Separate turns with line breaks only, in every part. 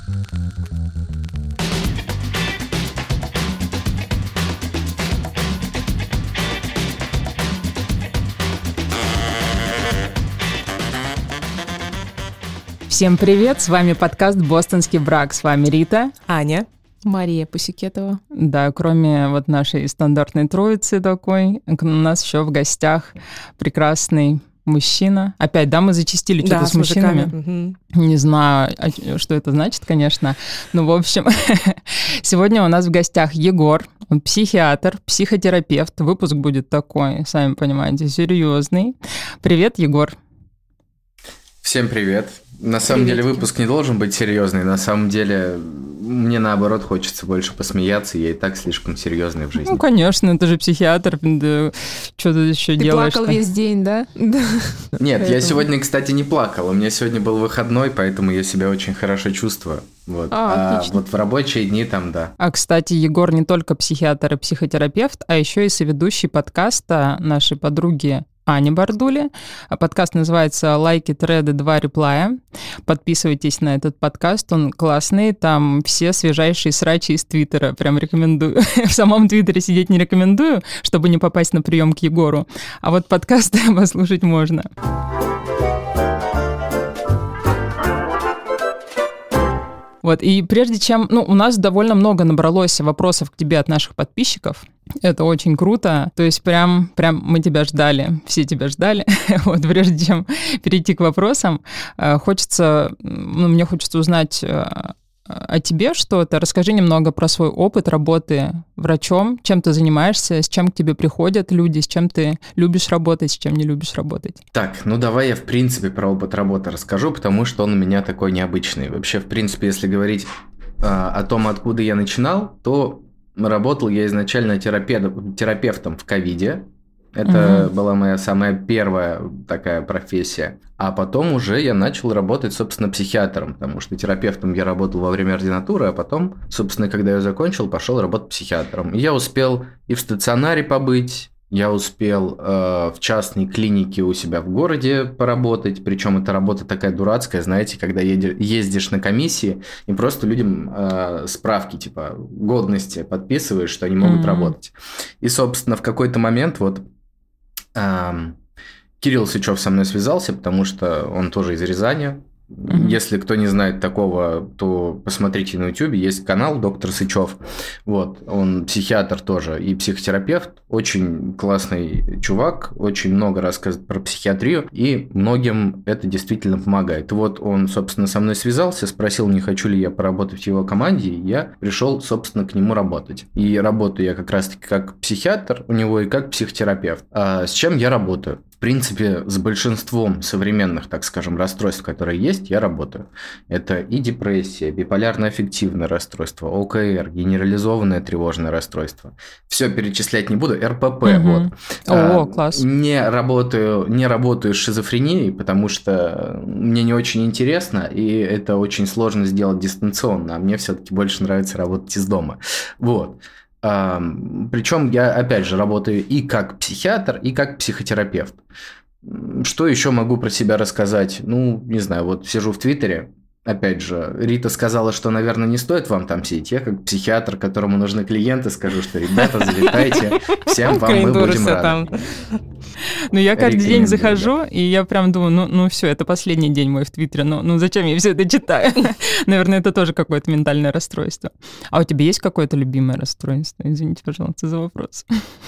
Всем привет, с вами подкаст «Бостонский брак». С вами Рита,
Аня, Мария Пусикетова.
Да, кроме вот нашей стандартной троицы такой, у нас еще в гостях прекрасный мужчина. Опять, да, мы зачастили что-то с мужчинами. Не знаю, что это значит, конечно. Ну, в общем, сегодня у нас в гостях Егор, он психиатр, психотерапевт. Выпуск будет такой, сами понимаете, серьезный. Привет, Егор.
Всем привет. На самом деле выпуск не должен быть серьезный. На самом деле мне наоборот хочется больше посмеяться. Я и так слишком серьезный в жизни.
Ну, конечно, ты же психиатр. Да, что ты еще делаешь?
Ты плакал весь день, да?
Нет, я сегодня, кстати, не плакал. У меня сегодня был выходной, поэтому я себя очень хорошо чувствую. Вот. А вот в рабочие дни там, да.
А, кстати, Егор не только психиатр и психотерапевт, а еще и соведущий подкаста нашей подруги Ани Бардули. Подкаст называется «Лайки, треды, 2 реплая». Подписывайтесь на этот подкаст, он классный. Там все свежайшие срачи из Твиттера. Прям рекомендую. В самом Твиттере сидеть не рекомендую, чтобы не попасть на прием к Егору. А вот подкаст послушать можно. Вот, и прежде чем... Ну, у нас довольно много набралось вопросов к тебе от наших подписчиков. Это очень круто. То есть прям мы тебя ждали, все тебя ждали. Вот, прежде чем перейти к вопросам, мне хочется узнать о тебе что-то. Расскажи немного про свой опыт работы врачом, чем ты занимаешься, с чем к тебе приходят люди, с чем ты любишь работать, с чем не любишь работать.
Так, ну давай я в принципе про опыт работы расскажу, потому что он у меня такой необычный. Вообще, в принципе, если говорить о том, откуда я начинал, то работал я изначально терапевтом в ковиде. Это была моя самая первая такая профессия. А потом уже я начал работать, собственно, психиатром, потому что терапевтом я работал во время ординатуры, а потом, собственно, когда я закончил, пошел работать психиатром. И я успел и в стационаре побыть, я успел в частной клинике у себя в городе поработать, причем эта работа такая дурацкая, знаете, когда ездишь на комиссии и просто людям справки типа годности подписываешь, что они могут работать. И, собственно, в какой-то момент вот Кирилл Сычев со мной связался, потому что он тоже из Рязани. Если кто не знает такого, то посмотрите на YouTube, есть канал «Доктор Сычев». Вот, он психиатр тоже и психотерапевт, очень классный чувак, очень много рассказывает про психиатрию, и многим это действительно помогает. Вот он, собственно, со мной связался, спросил, не хочу ли я поработать в его команде, и я пришел, собственно, к нему работать. И работаю я как раз-таки как психиатр у него и как психотерапевт. А с чем я работаю? В принципе, с большинством современных, так скажем, расстройств, которые есть, я работаю. Это и депрессия, биполярно-аффективное расстройство, ОКР, генерализованное тревожное расстройство. Все перечислять не буду. РПП, вот.
Класс.
Не работаю с шизофренией, потому что мне не очень интересно, и это очень сложно сделать дистанционно, а мне все-таки больше нравится работать из дома. Вот. Причем я, опять же, работаю и как психиатр, и как психотерапевт. Что еще могу про себя рассказать? Ну, не знаю, вот сижу в Твиттере. Опять же, Рита сказала, что, наверное, не стоит вам там сидеть. Я как психиатр, которому нужны клиенты, скажу, что, ребята, залетайте, всем вам мы будем рады.
Ну, я каждый день захожу, и я прям думаю, ну все, это последний день мой в Твиттере, ну зачем я все это читаю? Наверное, это тоже какое-то ментальное расстройство. А у тебя есть какое-то любимое расстройство? Извините, пожалуйста, за вопрос.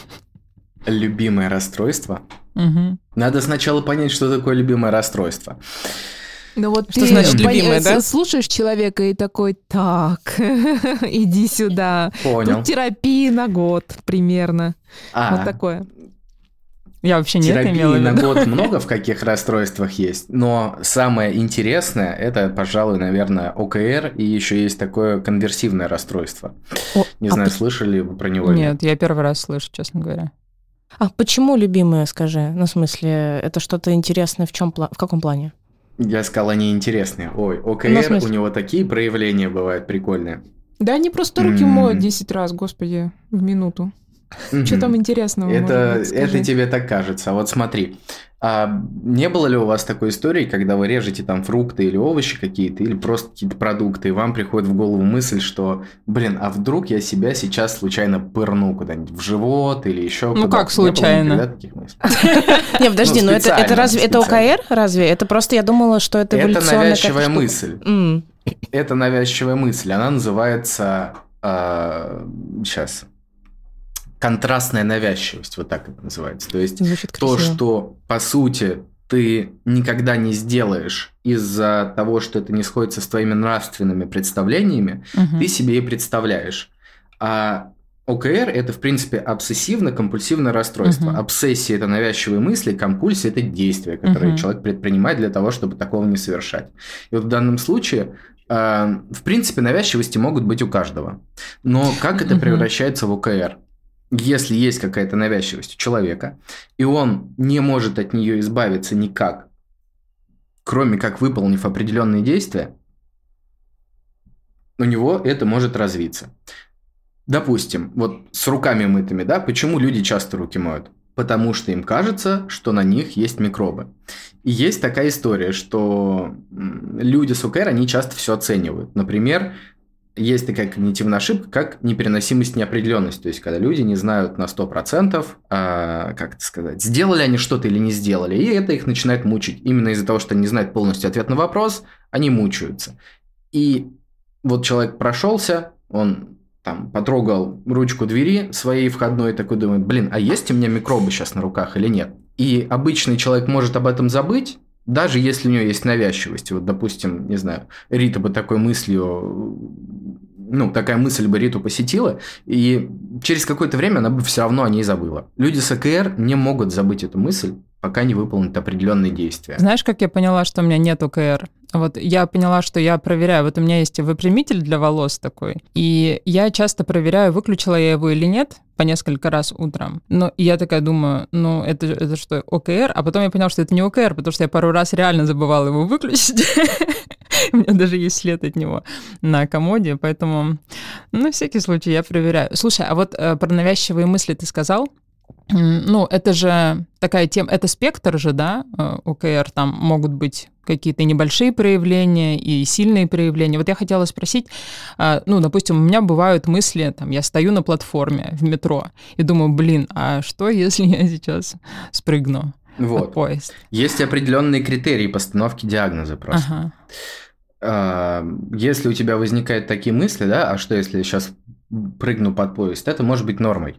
Любимое расстройство? Надо сначала понять, что такое любимое расстройство.
Ну вот
что значит любимое, да?
Слушаешь человека и такой, так, иди сюда.
Понял.
Тут терапии на год примерно. Вот такое.
Я вообще не это имела в виду.
Терапии на год много в каких расстройствах есть, но самое интересное, это, пожалуй, наверное, ОКР, и еще есть такое конверсивное расстройство. Не знаю, слышали вы про него?
Нет, я первый раз слышу, честно говоря.
А почему любимое, скажи? Ну, в смысле, это что-то интересное в каком плане?
Я сказал, они интересные. Ой, ОКР, у него такие проявления бывают прикольные.
Да они просто руки моют 10 раз, господи, в минуту. Что там интересного?
Это тебе так кажется. Вот смотри, А не было ли у вас такой истории, когда вы режете там фрукты или овощи какие-то, или просто какие-то продукты, и вам приходит в голову мысль, что, а вдруг я себя сейчас случайно пырну куда-нибудь в живот или еще куда-то?
Ну как случайно?
Не было никогда таких мыслей?
Не, подожди, но это разве это ОКР? Разве? Это просто я думала, что это эволюционная...
Это навязчивая мысль. Это навязчивая мысль. Она называется... Сейчас... Контрастная навязчивость, вот так это называется. То есть то, что, по сути, ты никогда не сделаешь из-за того, что это не сходится с твоими нравственными представлениями, ты себе и представляешь. А ОКР – это, в принципе, обсессивно-компульсивное расстройство. Обсессия – это навязчивые мысли, компульсия – это действия, которые человек предпринимает для того, чтобы такого не совершать. И вот в данном случае... В принципе, навязчивости могут быть у каждого. Но как это превращается в ОКР? Если есть какая-то навязчивость у человека, и он не может от нее избавиться никак, кроме как выполнив определенные действия, у него это может развиться. Допустим, вот с руками мытыми, да, почему люди часто руки моют? Потому что им кажется, что на них есть микробы. И есть такая история, что люди с ОКР, они часто все оценивают. Например, есть такая когнитивная ошибка, как непереносимость неопределенности. То есть, когда люди не знают на 100%, как это сказать, сделали они что-то или не сделали, и это их начинает мучить. Именно из-за того, что они не знают полностью ответ на вопрос, они мучаются. И вот человек прошелся, он там потрогал ручку двери своей входной, такой думает, а есть у меня микробы сейчас на руках или нет? И обычный человек может об этом забыть, даже если у него есть навязчивость. Вот, допустим, не знаю, Рита бы такой мыслью, такая мысль бы Риту посетила, и через какое-то время она бы все равно о ней забыла. Люди с ОКР не могут забыть эту мысль, пока не выполнят определенные действия.
Знаешь, как я поняла, что у меня нет ОКР? Вот я поняла, что я проверяю. Вот у меня есть выпрямитель для волос такой, и я часто проверяю, выключила я его или нет, по несколько раз утром. Но я такая думаю, это что, ОКР? А потом я поняла, что это не ОКР, потому что я пару раз реально забывала его выключить. У меня даже есть след от него на комоде, поэтому на всякий случай я проверяю. Слушай, а вот про навязчивые мысли ты сказал? Это же такая тема, это спектр же, да, ОКР, там могут быть какие-то небольшие проявления и сильные проявления. Вот я хотела спросить, допустим, у меня бывают мысли, там, я стою на платформе в метро и думаю, а что, если я сейчас спрыгну от поезда?
Есть определенные критерии постановки диагноза просто. Если у тебя возникают такие мысли, да, а что, если я сейчас прыгну под поезд, это может быть нормой.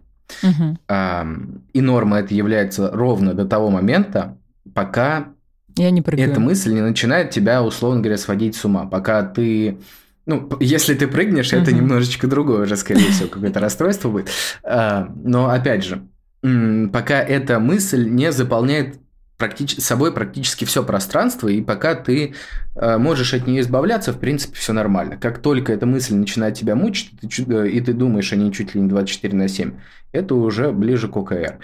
И норма это является ровно до того момента, пока эта мысль не начинает тебя, условно говоря, сводить с ума. Пока ты... если ты прыгнешь, это немножечко другое уже, скорее всего, какое-то расстройство будет. Но, опять же, пока эта мысль не заполняет собой практически все пространство, и пока ты можешь от нее избавляться, в принципе, все нормально. Как только эта мысль начинает тебя мучить, и ты думаешь о ней чуть ли не 24/7, это уже ближе к ОКР.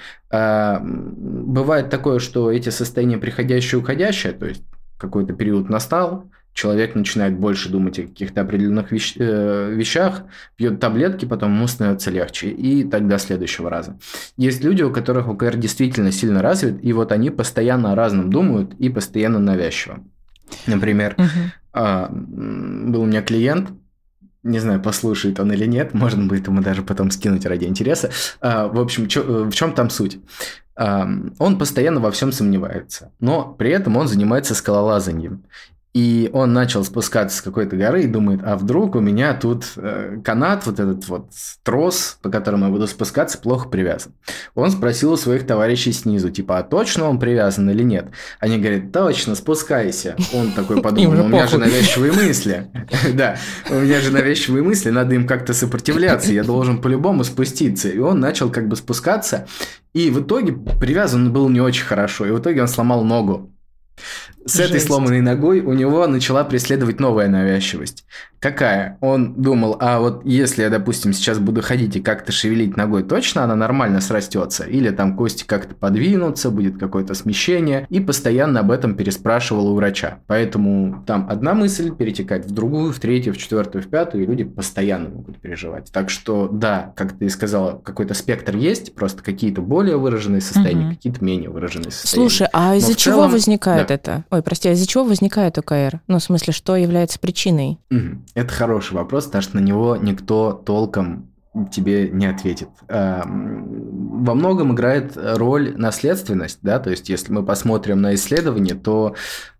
Бывает такое, что эти состояния приходящие и уходящие, то есть какой-то период настал, человек начинает больше думать о каких-то определенных вещах, пьет таблетки, потом ему становится легче, и так до следующего раза. Есть люди, у которых ОКР действительно сильно развит, и вот они постоянно о разном думают и постоянно навязчиво. Например, был у меня клиент, не знаю, послушает он или нет, можно будет ему даже потом скинуть ради интереса. В общем, в чем там суть? Он постоянно во всем сомневается, но при этом он занимается скалолазанием. И он начал спускаться с какой-то горы и думает, а вдруг у меня тут канат, вот этот вот трос, по которому я буду спускаться, плохо привязан. Он спросил у своих товарищей снизу, типа, а точно он привязан или нет? Они говорят, точно, спускайся. Он такой подумал, у меня же навязчивые мысли. Да, у меня же навязчивые мысли, надо им как-то сопротивляться, я должен по-любому спуститься. И он начал как бы спускаться, и в итоге привязан был не очень хорошо, и в итоге он сломал ногу. С этой
Жесть.
сломанной ногой у него начала преследовать новая навязчивость. Какая? Он думал, а вот если я, допустим, сейчас буду ходить и как-то шевелить ногой, точно она нормально срастется? Или там кости как-то подвинутся, будет какое-то смещение? И постоянно об этом переспрашивал у врача. Поэтому там одна мысль перетекает в другую, в третью, в четвертую, в пятую, и люди постоянно могут переживать. Так что, да, как ты сказала, какой-то спектр есть, просто какие-то более выраженные состояния, какие-то менее выраженные состояния.
Слушай, а из-за
Но в
чего
целом-
возникает
да.
это? Ой, прости, а из-за чего возникает ОКР? Ну, в смысле, что является причиной?
Это хороший вопрос, потому что на него никто толком тебе не ответит. Во многом играет роль наследственность, да, то есть если мы посмотрим на исследования, то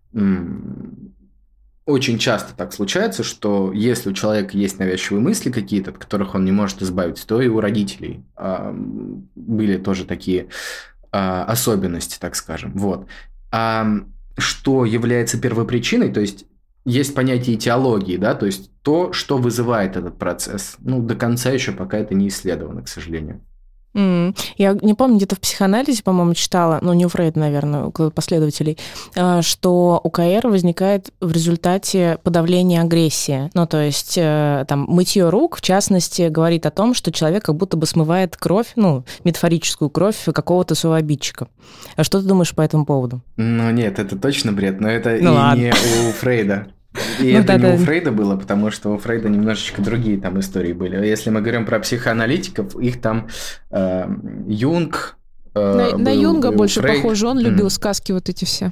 очень часто так случается, что если у человека есть навязчивые мысли какие-то, от которых он не может избавиться, то и у родителей были тоже такие особенности, так скажем. Вот. Что является первопричиной, то есть есть понятие этиологии, да, то есть то, что вызывает этот процесс. Ну, до конца еще пока это не исследовано, к сожалению.
Я не помню, где-то в психоанализе, по-моему, читала, ну, не у Фрейда, наверное, у последователей, что ОКР возникает в результате подавления агрессии. Ну, то есть там мытье рук, в частности, говорит о том, что человек как будто бы смывает кровь, ну, метафорическую кровь какого-то своего обидчика. А что ты думаешь по этому поводу?
Ну, нет, это точно бред, но это
Ну,
и
ладно.
не у Фрейда. И
Ну,
это не
да.
у Фрейда было, потому что у Фрейда немножечко другие там истории были. Если мы говорим про психоаналитиков, их там Юнг...
На
был,
Юнга
был
больше
Фрейд.
похоже, он любил сказки вот эти все.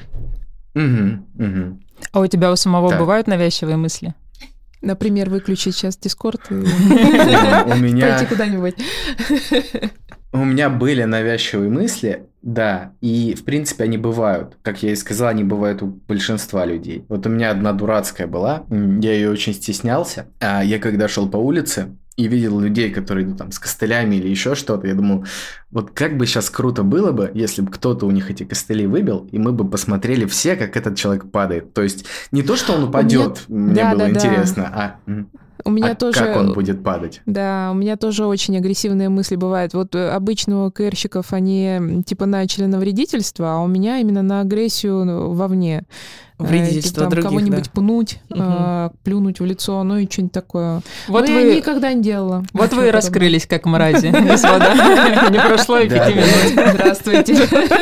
А у тебя у самого
Так.
бывают навязчивые мысли?
Например, выключить сейчас Дискорд и
У
пойти
меня...
куда-нибудь.
У меня были навязчивые мысли, да, и, в принципе, они бывают. Как я и сказал, они бывают у большинства людей. Вот у меня одна дурацкая была, я ее очень стеснялся. А я когда шел по улице и видел людей, которые идут там с костылями или еще что-то, я думал, вот как бы сейчас круто было бы, если бы кто-то у них эти костыли выбил, и мы бы посмотрели все, как этот человек падает. То есть не то, что он упадет, мне
Да,
было
да, да.
интересно,
У меня тоже...
как он будет падать.
Да, у меня тоже очень агрессивные мысли бывают. Вот обычно у ОКРщиков они типа начали на вредительство, а у меня именно на агрессию вовне.
Вредительство
Типа, там
других,
кого-нибудь
да.
пнуть,
Мгм.
плюнуть в лицо, ну и что-нибудь такое.
Вот
Но я
вы,
никогда не делала.
вот вы и
Ничего
раскрылись, как мрази, господа. Не прошло и
Да,
5
да.
минут.
подобного. Здравствуйте.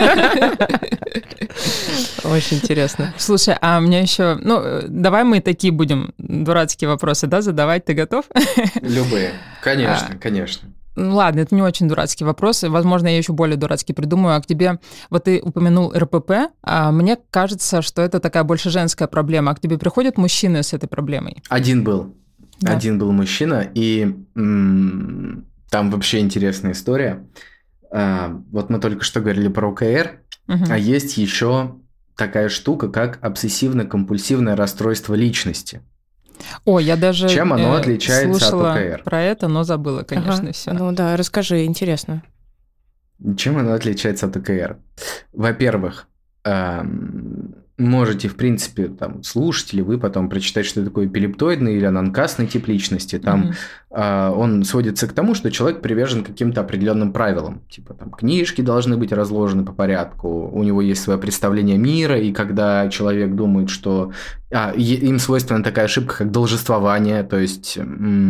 Очень интересно.
Слушай, а мне еще... Ну, давай мы такие будем дурацкие вопросы, да, задавать. Ты готов?
Любые. Конечно, конечно.
Ну, ладно, это не очень дурацкие вопросы. Возможно, я еще более дурацкие придумаю. А к тебе... Вот ты упомянул РПП. А мне кажется, что это такая больше женская проблема. А к тебе приходят мужчины с этой проблемой?
Один был.
Да.
Один был мужчина, и там вообще интересная история. Вот мы только что говорили про ОКР,
Мгм.
а есть еще такая штука, как обсессивно-компульсивное расстройство личности.
О, я даже
Чем оно отличается от
слушала
ОКР?
про это, но забыла, конечно,
Ага.
все.
Ну да, расскажи, интересно.
Чем оно отличается от ОКР? Во-первых, можете, в принципе, там, слушать или вы потом прочитать, что такое эпилептоидный или ананкасный тип личности. Там он сводится к тому, что человек привержен каким-то определенным правилам. Типа там книжки должны быть разложены по порядку, у него есть свое представление мира, и когда человек думает, что... им свойственна такая ошибка, как должествование, то есть...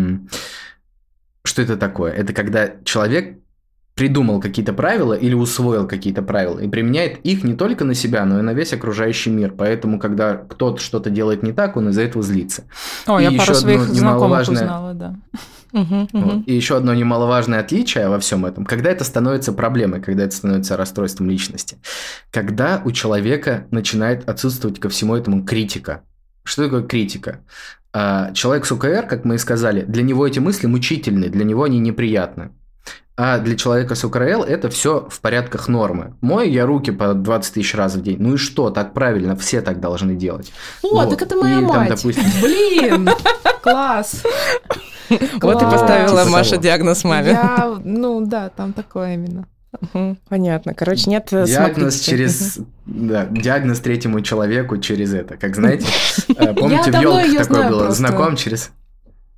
Что это такое? Это когда человек придумал какие-то правила или усвоил какие-то правила и применяет их не только на себя, но и на весь окружающий мир. Поэтому, когда кто-то что-то делает не так, он из-за этого злится.
О,
И
я
еще
пару своих
одно
знакомых
немаловажное-
узнала, да.
Вот. И еще одно немаловажное отличие во всем этом, когда это становится проблемой, когда это становится расстройством личности, когда у человека начинает отсутствовать ко всему этому критика. Что такое критика? Человек с ОКР, как мы и сказали, для него эти мысли мучительны, для него они неприятны. А для человека с ОКРЛ это все в порядках нормы. Мою я руки по 20 тысяч раз в день. Ну и что, так правильно, все так должны делать.
О,
Вот.
так это моя
И там,
мать.
допустим,
Блин, класс.
Вот и
Класс.
поставила
Типа
Маша
того.
диагноз маме.
Да, там такое именно.
Понятно. Короче, нет
диагноз
самокритики.
через... Да, диагноз третьему человеку через это. Как знаете, помните,
Я
в
давно её
елках такое
знаю
было?
просто.
Знаком через...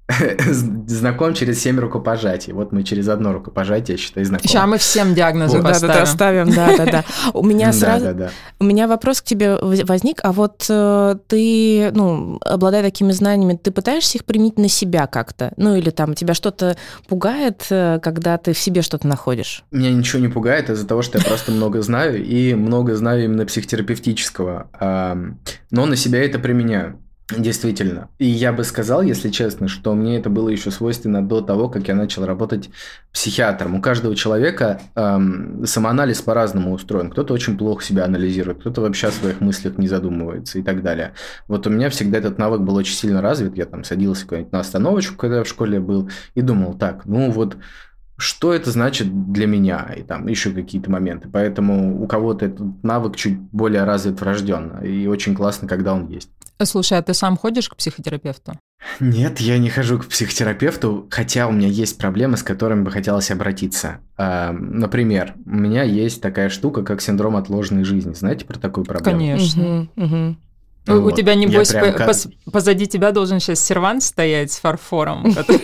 знаком через 7 рукопожатий. Вот мы через одно рукопожатие, считай, знакомы.
Сейчас мы всем диагнозы поставим.
Да-да-да, ставим, да-да-да. У меня вопрос к тебе возник, а вот ты, обладая такими знаниями, ты пытаешься их применить на себя как-то? Ну, или там тебя что-то пугает, когда ты в себе что-то находишь?
Меня ничего не пугает из-за того, что я просто много знаю, и много знаю именно психотерапевтического. Но на себя это применяю. Действительно. И я бы сказал, если честно, что мне это было еще свойственно до того, как я начал работать психиатром. У каждого человека самоанализ по-разному устроен. Кто-то очень плохо себя анализирует, кто-то вообще о своих мыслях не задумывается и так далее. Вот у меня всегда этот навык был очень сильно развит. Я там садился куда-нибудь на остановочку, когда я в школе был, и думал, так, что это значит для меня, и там еще какие-то моменты. Поэтому у кого-то этот навык чуть более развит врожденно, и очень классно, когда он есть.
Слушай, а ты сам ходишь к психотерапевту?
Нет, я не хожу к психотерапевту, хотя у меня есть проблемы, с которыми бы хотелось обратиться. Например, у меня есть такая штука, как синдром отложенной жизни. Знаете про такую проблему?
Конечно. У тебя, небось, позади тебя должен сейчас сервант стоять с фарфором.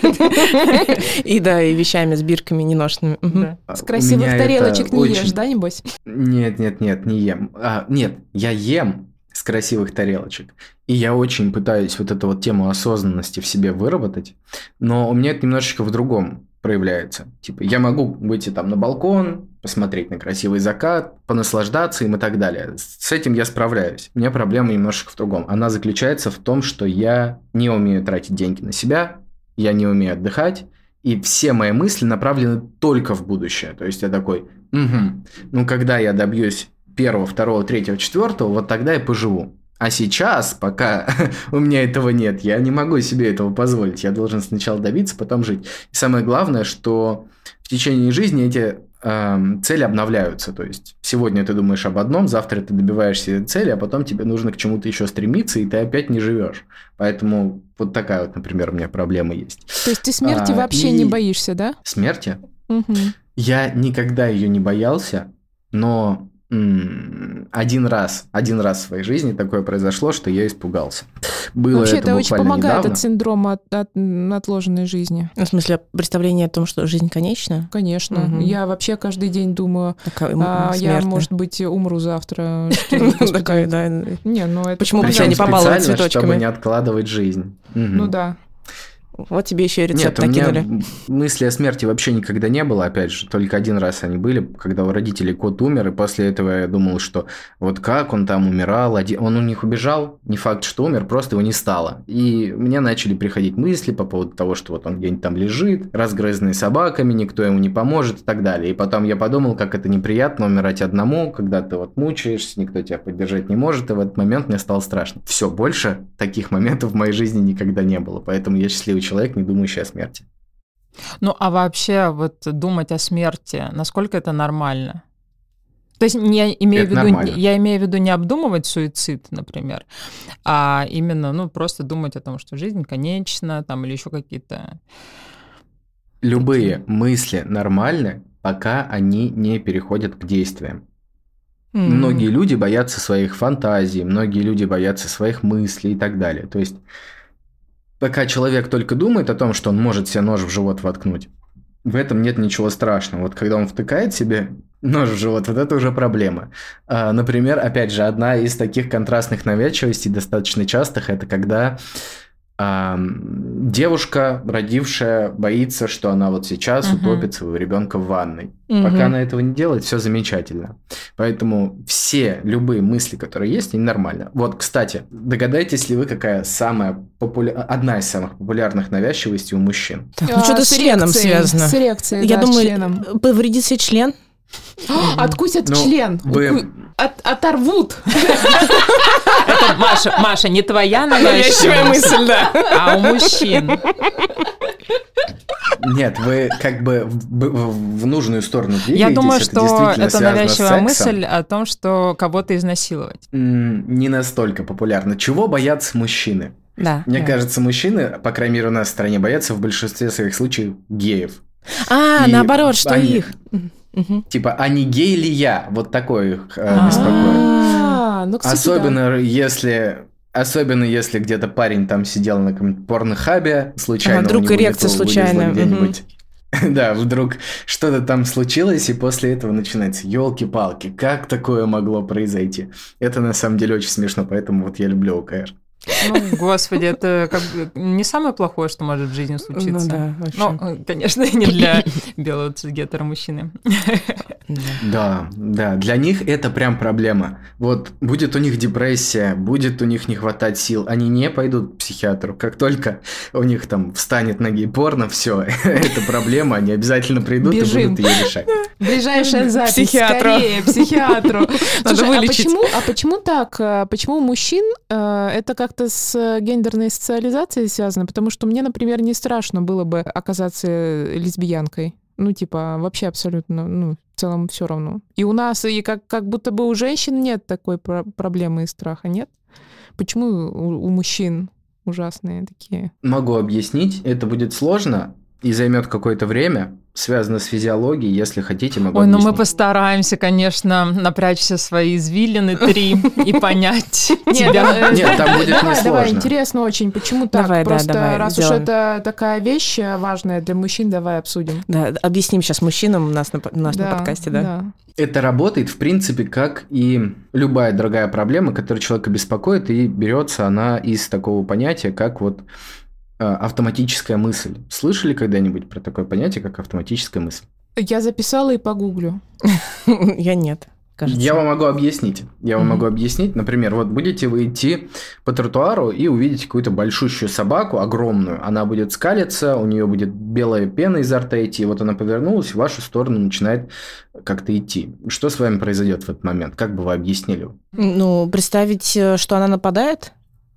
И вещами, с бирками неношенными.
С красивых тарелочек не ешь, да, небось?
Нет, не ем. Нет, я ем с красивых тарелочек. И я очень пытаюсь вот эту вот тему осознанности в себе выработать, но у меня это немножечко в другом проявляется. Типа, я могу выйти там на балкон, посмотреть на красивый закат, понаслаждаться им и так далее. С этим я справляюсь. У меня проблема немножечко в другом. Она заключается в том, что я не умею тратить деньги на себя, я не умею отдыхать, и все мои мысли направлены только в будущее. То есть я такой, когда я добьюсь 1, 2, 3, 4, вот тогда я поживу. А сейчас, пока у меня этого нет, я не могу себе этого позволить. Я должен сначала добиться, потом жить. И самое главное, что в течение жизни эти цели обновляются. То есть сегодня ты думаешь об одном, завтра ты добиваешься этой цели, а потом тебе нужно к чему-то еще стремиться, и ты опять не живешь. Поэтому вот такая вот, например, у меня проблема есть.
То есть ты смерти вообще не боишься, да?
Смерти? Я никогда ее не боялся, но один раз в своей жизни такое произошло, что я испугался. Было
вообще,
это
очень помогает
недавно.
От синдрома отложенной жизни.
В смысле, представление о том, что жизнь конечна?
Конечно. Я вообще каждый день думаю, я, может быть, умру завтра.
Почему бы тебя не побаловать цветочками?
Чтобы не откладывать жизнь.
Ну да.
Вот тебе еще и рецепт накинули.
У меня мысли о смерти вообще никогда не было. Опять же, только один раз они были, когда у родителей кот умер, и после этого я думал, что вот как он там умирал, он у них убежал, не факт, что умер, просто его не стало. И мне начали приходить мысли по поводу того, что вот он где-нибудь там лежит, разгрызанный собаками, никто ему не поможет и так далее. И потом я подумал, как это неприятно умирать одному, когда ты вот мучаешься, никто тебя поддержать не может, и в этот момент мне стало страшно. Все, больше таких моментов в моей жизни никогда не было, поэтому я счастливый человек, не думающий о смерти.
Ну, а вообще вот думать о смерти, насколько это нормально? То есть я имею в виду не обдумывать суицид, например, а именно, просто думать о том, что жизнь конечна, там, или еще какие-то...
Любые мысли нормальны, пока они не переходят к действиям. Многие люди боятся своих фантазий, многие люди боятся своих мыслей и так далее. То есть пока человек только думает о том, что он может себе нож в живот воткнуть, в этом нет ничего страшного. Вот когда он втыкает себе нож в живот, вот это уже проблема. Например, опять же, одна из таких контрастных навязчивостей, достаточно частых, это когда девушка, родившая, боится, что она вот сейчас утопит своего ребенка в ванной. Пока она этого не делает, все замечательно. Поэтому любые мысли, которые есть, они нормально. Вот, кстати, догадаетесь ли вы, какая одна из самых популярных навязчивостей у мужчин?
Что-то с членом связано.
С эрекцией,
я думаю,
членом.
Повредит себе член.
Откусят член. Оторвут.
Это, Маша, не твоя навязчивая
мысль, да.
А у мужчин.
Нет, вы как бы в нужную сторону двигаетесь.
Я думаю, что это навязчивая мысль о том, что кого-то изнасиловать.
Не настолько популярно. Чего боятся мужчины?
Да.
Мне кажется, мужчины, по крайней мере, у нас в стране, боятся в большинстве своих случаев геев.
Наоборот, что их.
Типа, а не гей ли я? Вот такое их беспокоит. Особенно если Особенно если где-то парень там сидел на каком-нибудь порнохабе, случайно
вдруг
у него
эрекция
Никола
случайно.
вылезла где-нибудь. Да, вдруг что-то там случилось, и после этого начинается ёлки-палки, как такое могло произойти? Это на самом деле очень смешно, поэтому вот я люблю ОКР.
Ну, господи, это как бы не самое плохое, что может в жизни случиться.
Ну да, вообще.
Ну, конечно, не для белого цисгетеро-мужчины.
Да, для них это прям проблема. Вот будет у них депрессия, будет у них не хватать сил, они не пойдут к психиатру. Как только у них там встанет на гей-порно, все, это проблема, они обязательно придут и будут ее решать.
Ближайшая запись,
Психиатру.
скорее, психиатру.
Надо
Слушай,
вылечить.
почему так? Почему у мужчин это как-то с гендерной социализацией связано? Потому что мне, например, не страшно было бы оказаться лесбиянкой. Ну, типа, вообще абсолютно, в целом все равно. И у нас, и как будто бы у женщин нет такой проблемы и страха, нет? Почему у мужчин ужасные такие?
Могу объяснить, это будет сложно и займет какое-то время, связано с физиологией, если хотите, могу
Ой,
объяснить.
ну мы постараемся, конечно, напрячь все свои извилины 3 и понять тебя.
Нет, там будет несложно.
Давай, интересно очень, почему так?
Давай, да,
Просто
давай,
раз
сделаем.
уж это такая вещь важная для мужчин, давай обсудим.
Да, объясним сейчас мужчинам у нас на подкасте, да?
Это работает, в принципе, как и любая другая проблема, которая человека беспокоит, и берется она из такого понятия, как вот автоматическая мысль. Слышали когда-нибудь про такое понятие, как автоматическая мысль?
Я записала и погуглю.
Я нет, кажется.
Я вам могу объяснить. Например, вот будете вы идти по тротуару и увидите какую-то большущую собаку, огромную. Она будет скалиться, у нее будет белая пена изо рта идти. Вот она повернулась, в вашу сторону начинает как-то идти. Что с вами произойдет в этот момент? Как бы вы объяснили?
Ну, представить, что она нападает?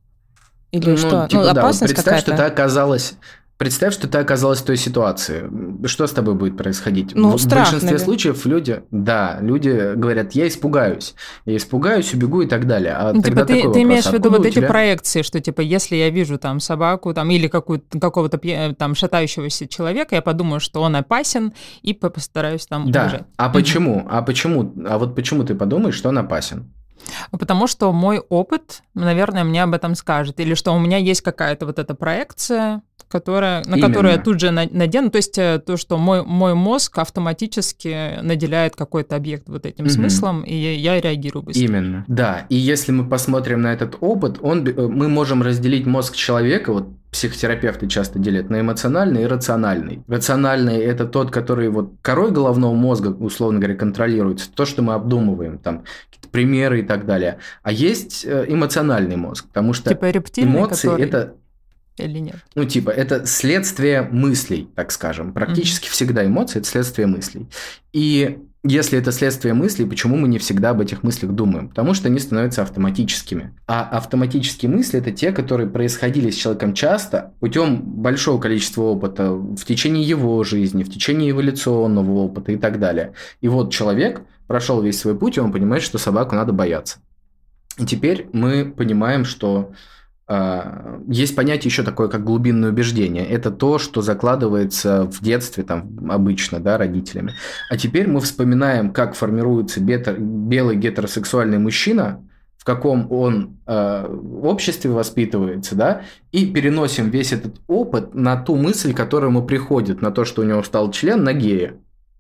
Или что?
Типа, да,
Опасность
вот представь, что ты оказалась в той ситуации. Что с тобой будет происходить? В
страх,
большинстве
наверное.
случаев люди говорят, я испугаюсь, убегу и так далее. А
Ну,
тогда
типа,
такой
ты имеешь в
вопрос,
виду
откуда
вот
у
эти
тебя-
проекции, что, типа, если я вижу там собаку там, или какого-то там шатающегося человека, я подумаю, что он опасен, и постараюсь там убежать.
Да, а почему? А вот почему ты подумаешь, что он опасен?
Потому что мой опыт, наверное, мне об этом скажет. Или что у меня есть какая-то вот эта проекция, на которую я тут же надену. То есть то, что мой мозг автоматически наделяет какой-то объект вот этим смыслом, и я реагирую быстро.
Именно. Да, и если мы посмотрим на этот опыт, мы можем разделить мозг человека, вот психотерапевты часто делят на эмоциональный и рациональный. Рациональный – это тот, который вот корой головного мозга, условно говоря, контролируется, то, что мы обдумываем, там, какие-то примеры и так далее. А есть эмоциональный мозг, потому что
типа рептильный,
эмоции
который...
это...
Или нет?
это следствие мыслей, так скажем. Практически всегда эмоции – это следствие мыслей. И если это следствие мыслей, почему мы не всегда об этих мыслях думаем? Потому что они становятся автоматическими. А автоматические мысли – это те, которые происходили с человеком часто, путем большого количества опыта в течение его жизни, в течение эволюционного опыта и так далее. И вот человек прошел весь свой путь, и он понимает, что собаку надо бояться. И теперь мы понимаем, что есть понятие еще такое, как глубинное убеждение. Это то, что закладывается в детстве, там, обычно, да, родителями. А теперь мы вспоминаем, как формируется белый гетеросексуальный мужчина, в каком он в обществе воспитывается, да, и переносим весь этот опыт на ту мысль, которая ему приходит, на то, что у него стал член, на гея.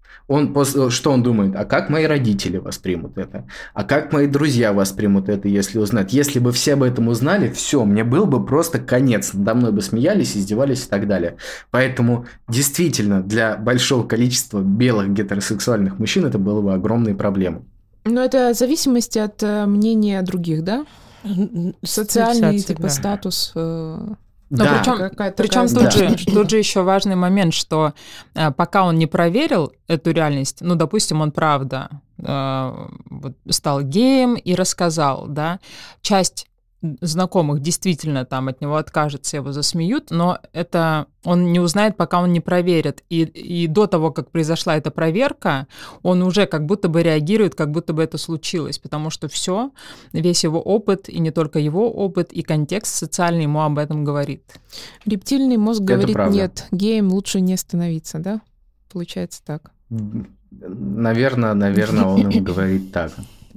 Что он думает? А как мои родители воспримут это? А как мои друзья воспримут это, если узнать? Если бы все об этом узнали, все, мне был бы просто конец. Надо мной бы смеялись, издевались и так далее. Поэтому действительно для большого количества белых гетеросексуальных мужчин это было бы огромной проблемой.
Но это в зависимости от мнения других, да? Социальный типа статус...
Да.
Причем тут же еще важный момент, что пока он не проверил эту реальность, ну, допустим, он правда стал геем и рассказал, да, часть знакомых действительно там от него откажется, его засмеют, но это он не узнает, пока он не проверит. И до того, как произошла эта проверка, он уже как будто бы реагирует, как будто бы это случилось, потому что все, весь его опыт, и не только его опыт, и контекст социальный ему об этом говорит.
Рептильный мозг говорит,
правда.
нет, геем лучше не становиться, да? Получается так.
Наверное, он им говорит так.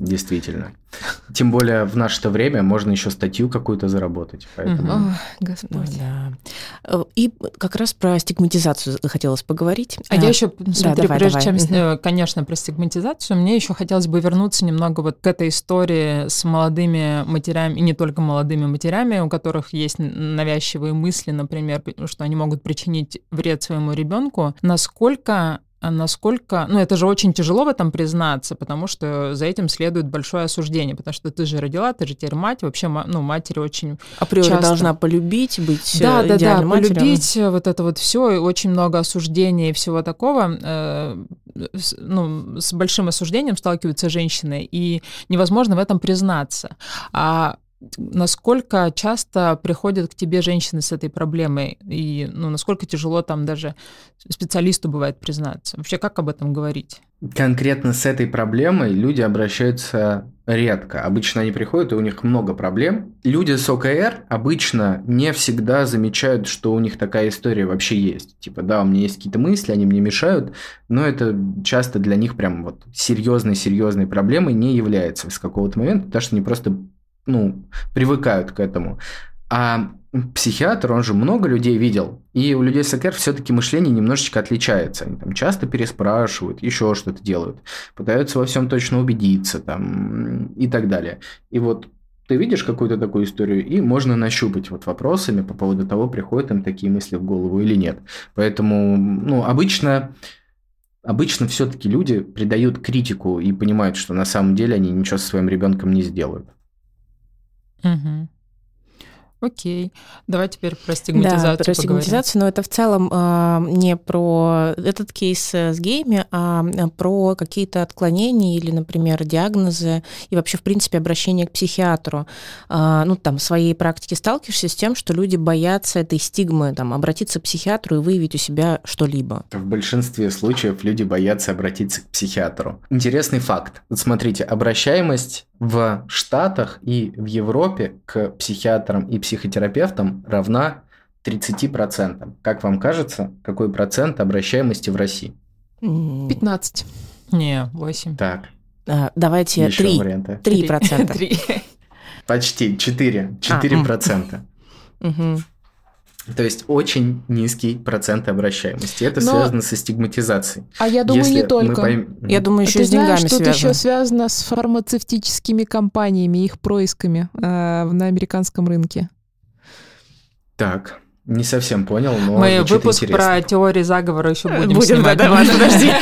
действительно. Тем более в наше-то время можно еще статью какую-то заработать. Поэтому...
О, Господь.
Да. И как раз про стигматизацию хотелось поговорить.
А я еще, смотри,
давай,
прежде
давай.
чем, конечно, про стигматизацию, мне еще хотелось бы вернуться немного вот к этой истории с молодыми матерями, и не только молодыми матерями, у которых есть навязчивые мысли, например, что они могут причинить вред своему ребенку. Насколько, ну это же очень тяжело в этом признаться, потому что за этим следует большое осуждение, потому что ты же родила, ты же теперь мать, вообще, ну, матери очень
априори
часто...
должна полюбить, быть
да,
идеальной матерью.
полюбить вот это вот все, очень много осуждений и всего такого, ну, с большим осуждением сталкиваются женщины, и невозможно в этом признаться. А насколько часто приходят к тебе женщины с этой проблемой, и ну, насколько тяжело там даже специалисту бывает признаться? Вообще, как об этом говорить?
Конкретно с этой проблемой люди обращаются редко. Обычно они приходят, и у них много проблем. Люди с ОКР обычно не всегда замечают, что у них такая история вообще есть. Типа, да, у меня есть какие-то мысли, они мне мешают, но это часто для них прям вот серьезной проблемой не является с какого-то момента, потому что они просто привыкают к этому. А психиатр, он же много людей видел, и у людей с ОКР все-таки мышление немножечко отличается. Они там часто переспрашивают, еще что-то делают, пытаются во всем точно убедиться там, и так далее. И вот ты видишь какую-то такую историю, и можно нащупать вот вопросами по поводу того, приходят им такие мысли в голову или нет. Поэтому, обычно все-таки люди придают критику и понимают, что на самом деле они ничего со своим ребенком не сделают.
Угу. Окей. Давай теперь про стигматизацию
про стигматизацию, но это в целом не про этот кейс с геями, а про какие-то отклонения или, например, диагнозы и вообще, в принципе, обращение к психиатру. В своей практике сталкиваешься с тем, что люди боятся этой стигмы, обратиться к психиатру и выявить у себя что-либо.
В большинстве случаев люди боятся обратиться к психиатру. Интересный факт. Вот смотрите, обращаемость в Штатах и в Европе к психиатрам и психотерапевтам равна 30%. Как вам кажется, какой процент обращаемости в России?
15.
Не, 8.
Так.
Давайте
еще
3.
варианты.
3%.
3.
Почти 4%. 4%. То есть очень низкий процент обращаемости. Это связано со стигматизацией.
А я думаю, не только.
Я думаю, еще
ты
с деньгами
знаешь,
связано.
Тут еще связано с фармацевтическими компаниями, их происками на американском рынке.
Так, не совсем понял, но
мы выпуск
интересно.
Про теории заговора еще будем снимать.
Подожди.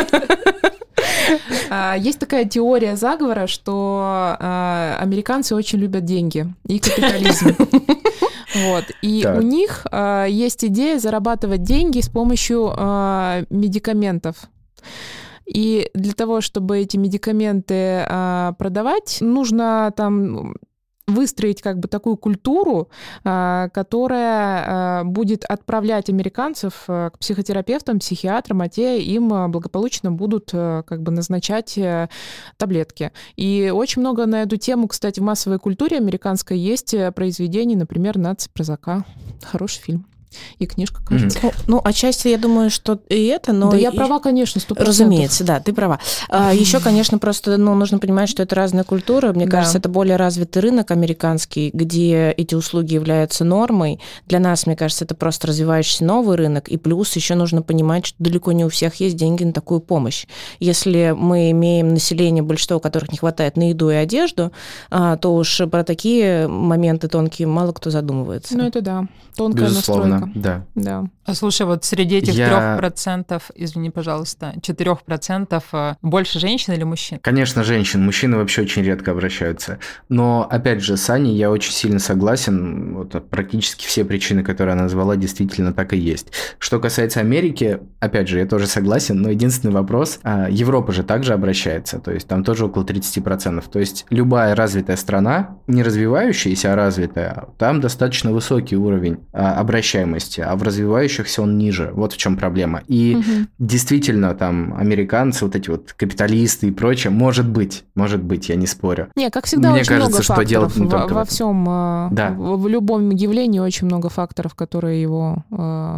Есть такая теория заговора, что американцы очень любят деньги и капитализм. Вот. И
Так.
у них есть идея зарабатывать деньги с помощью медикаментов. И для того, чтобы эти медикаменты продавать, нужно там выстроить как бы такую культуру, которая будет отправлять американцев к психотерапевтам, психиатрам, а те им благополучно будут как бы назначать таблетки. И очень много на эту тему, кстати, в массовой культуре американской есть произведений, например, «Нация Прозака». Хороший фильм. И книжка, кажется.
Отчасти, я думаю, что и это, но...
Да, я права, конечно, 100%.
Разумеется, да, ты права. Еще, конечно, просто нужно понимать, что это разная культура. Мне кажется, это более развитый рынок американский, где эти услуги являются нормой. Для нас, мне кажется, это просто развивающийся новый рынок. И плюс еще нужно понимать, что далеко не у всех есть деньги на такую помощь. Если мы имеем население, большинство, у которых не хватает на еду и одежду, то уж про такие моменты тонкие мало кто задумывается.
Ну, это да. Тонкая
Безусловно,
настройка.
да.
А слушай, вот среди этих 3%, извини, пожалуйста, 4% больше женщин или мужчин?
Конечно, женщин. Мужчины вообще очень редко обращаются. Но, опять же, с Аней я очень сильно согласен. Вот, практически все причины, которые она назвала, действительно так и есть. Что касается Америки, опять же, я тоже согласен, но единственный вопрос, Европа же также обращается, то есть там тоже около 30%. То есть любая развитая страна, не развивающаяся, а развитая, там достаточно высокий уровень обращаемости, а в развивающихся он ниже. Вот в чем проблема. И действительно, там, американцы, вот эти вот капиталисты и прочее, может быть, я не спорю.
Не, как всегда,
Мне
очень
кажется,
много
что дело
факторов.
не только
Во всем,
да.
в любом явлении очень много факторов, которые его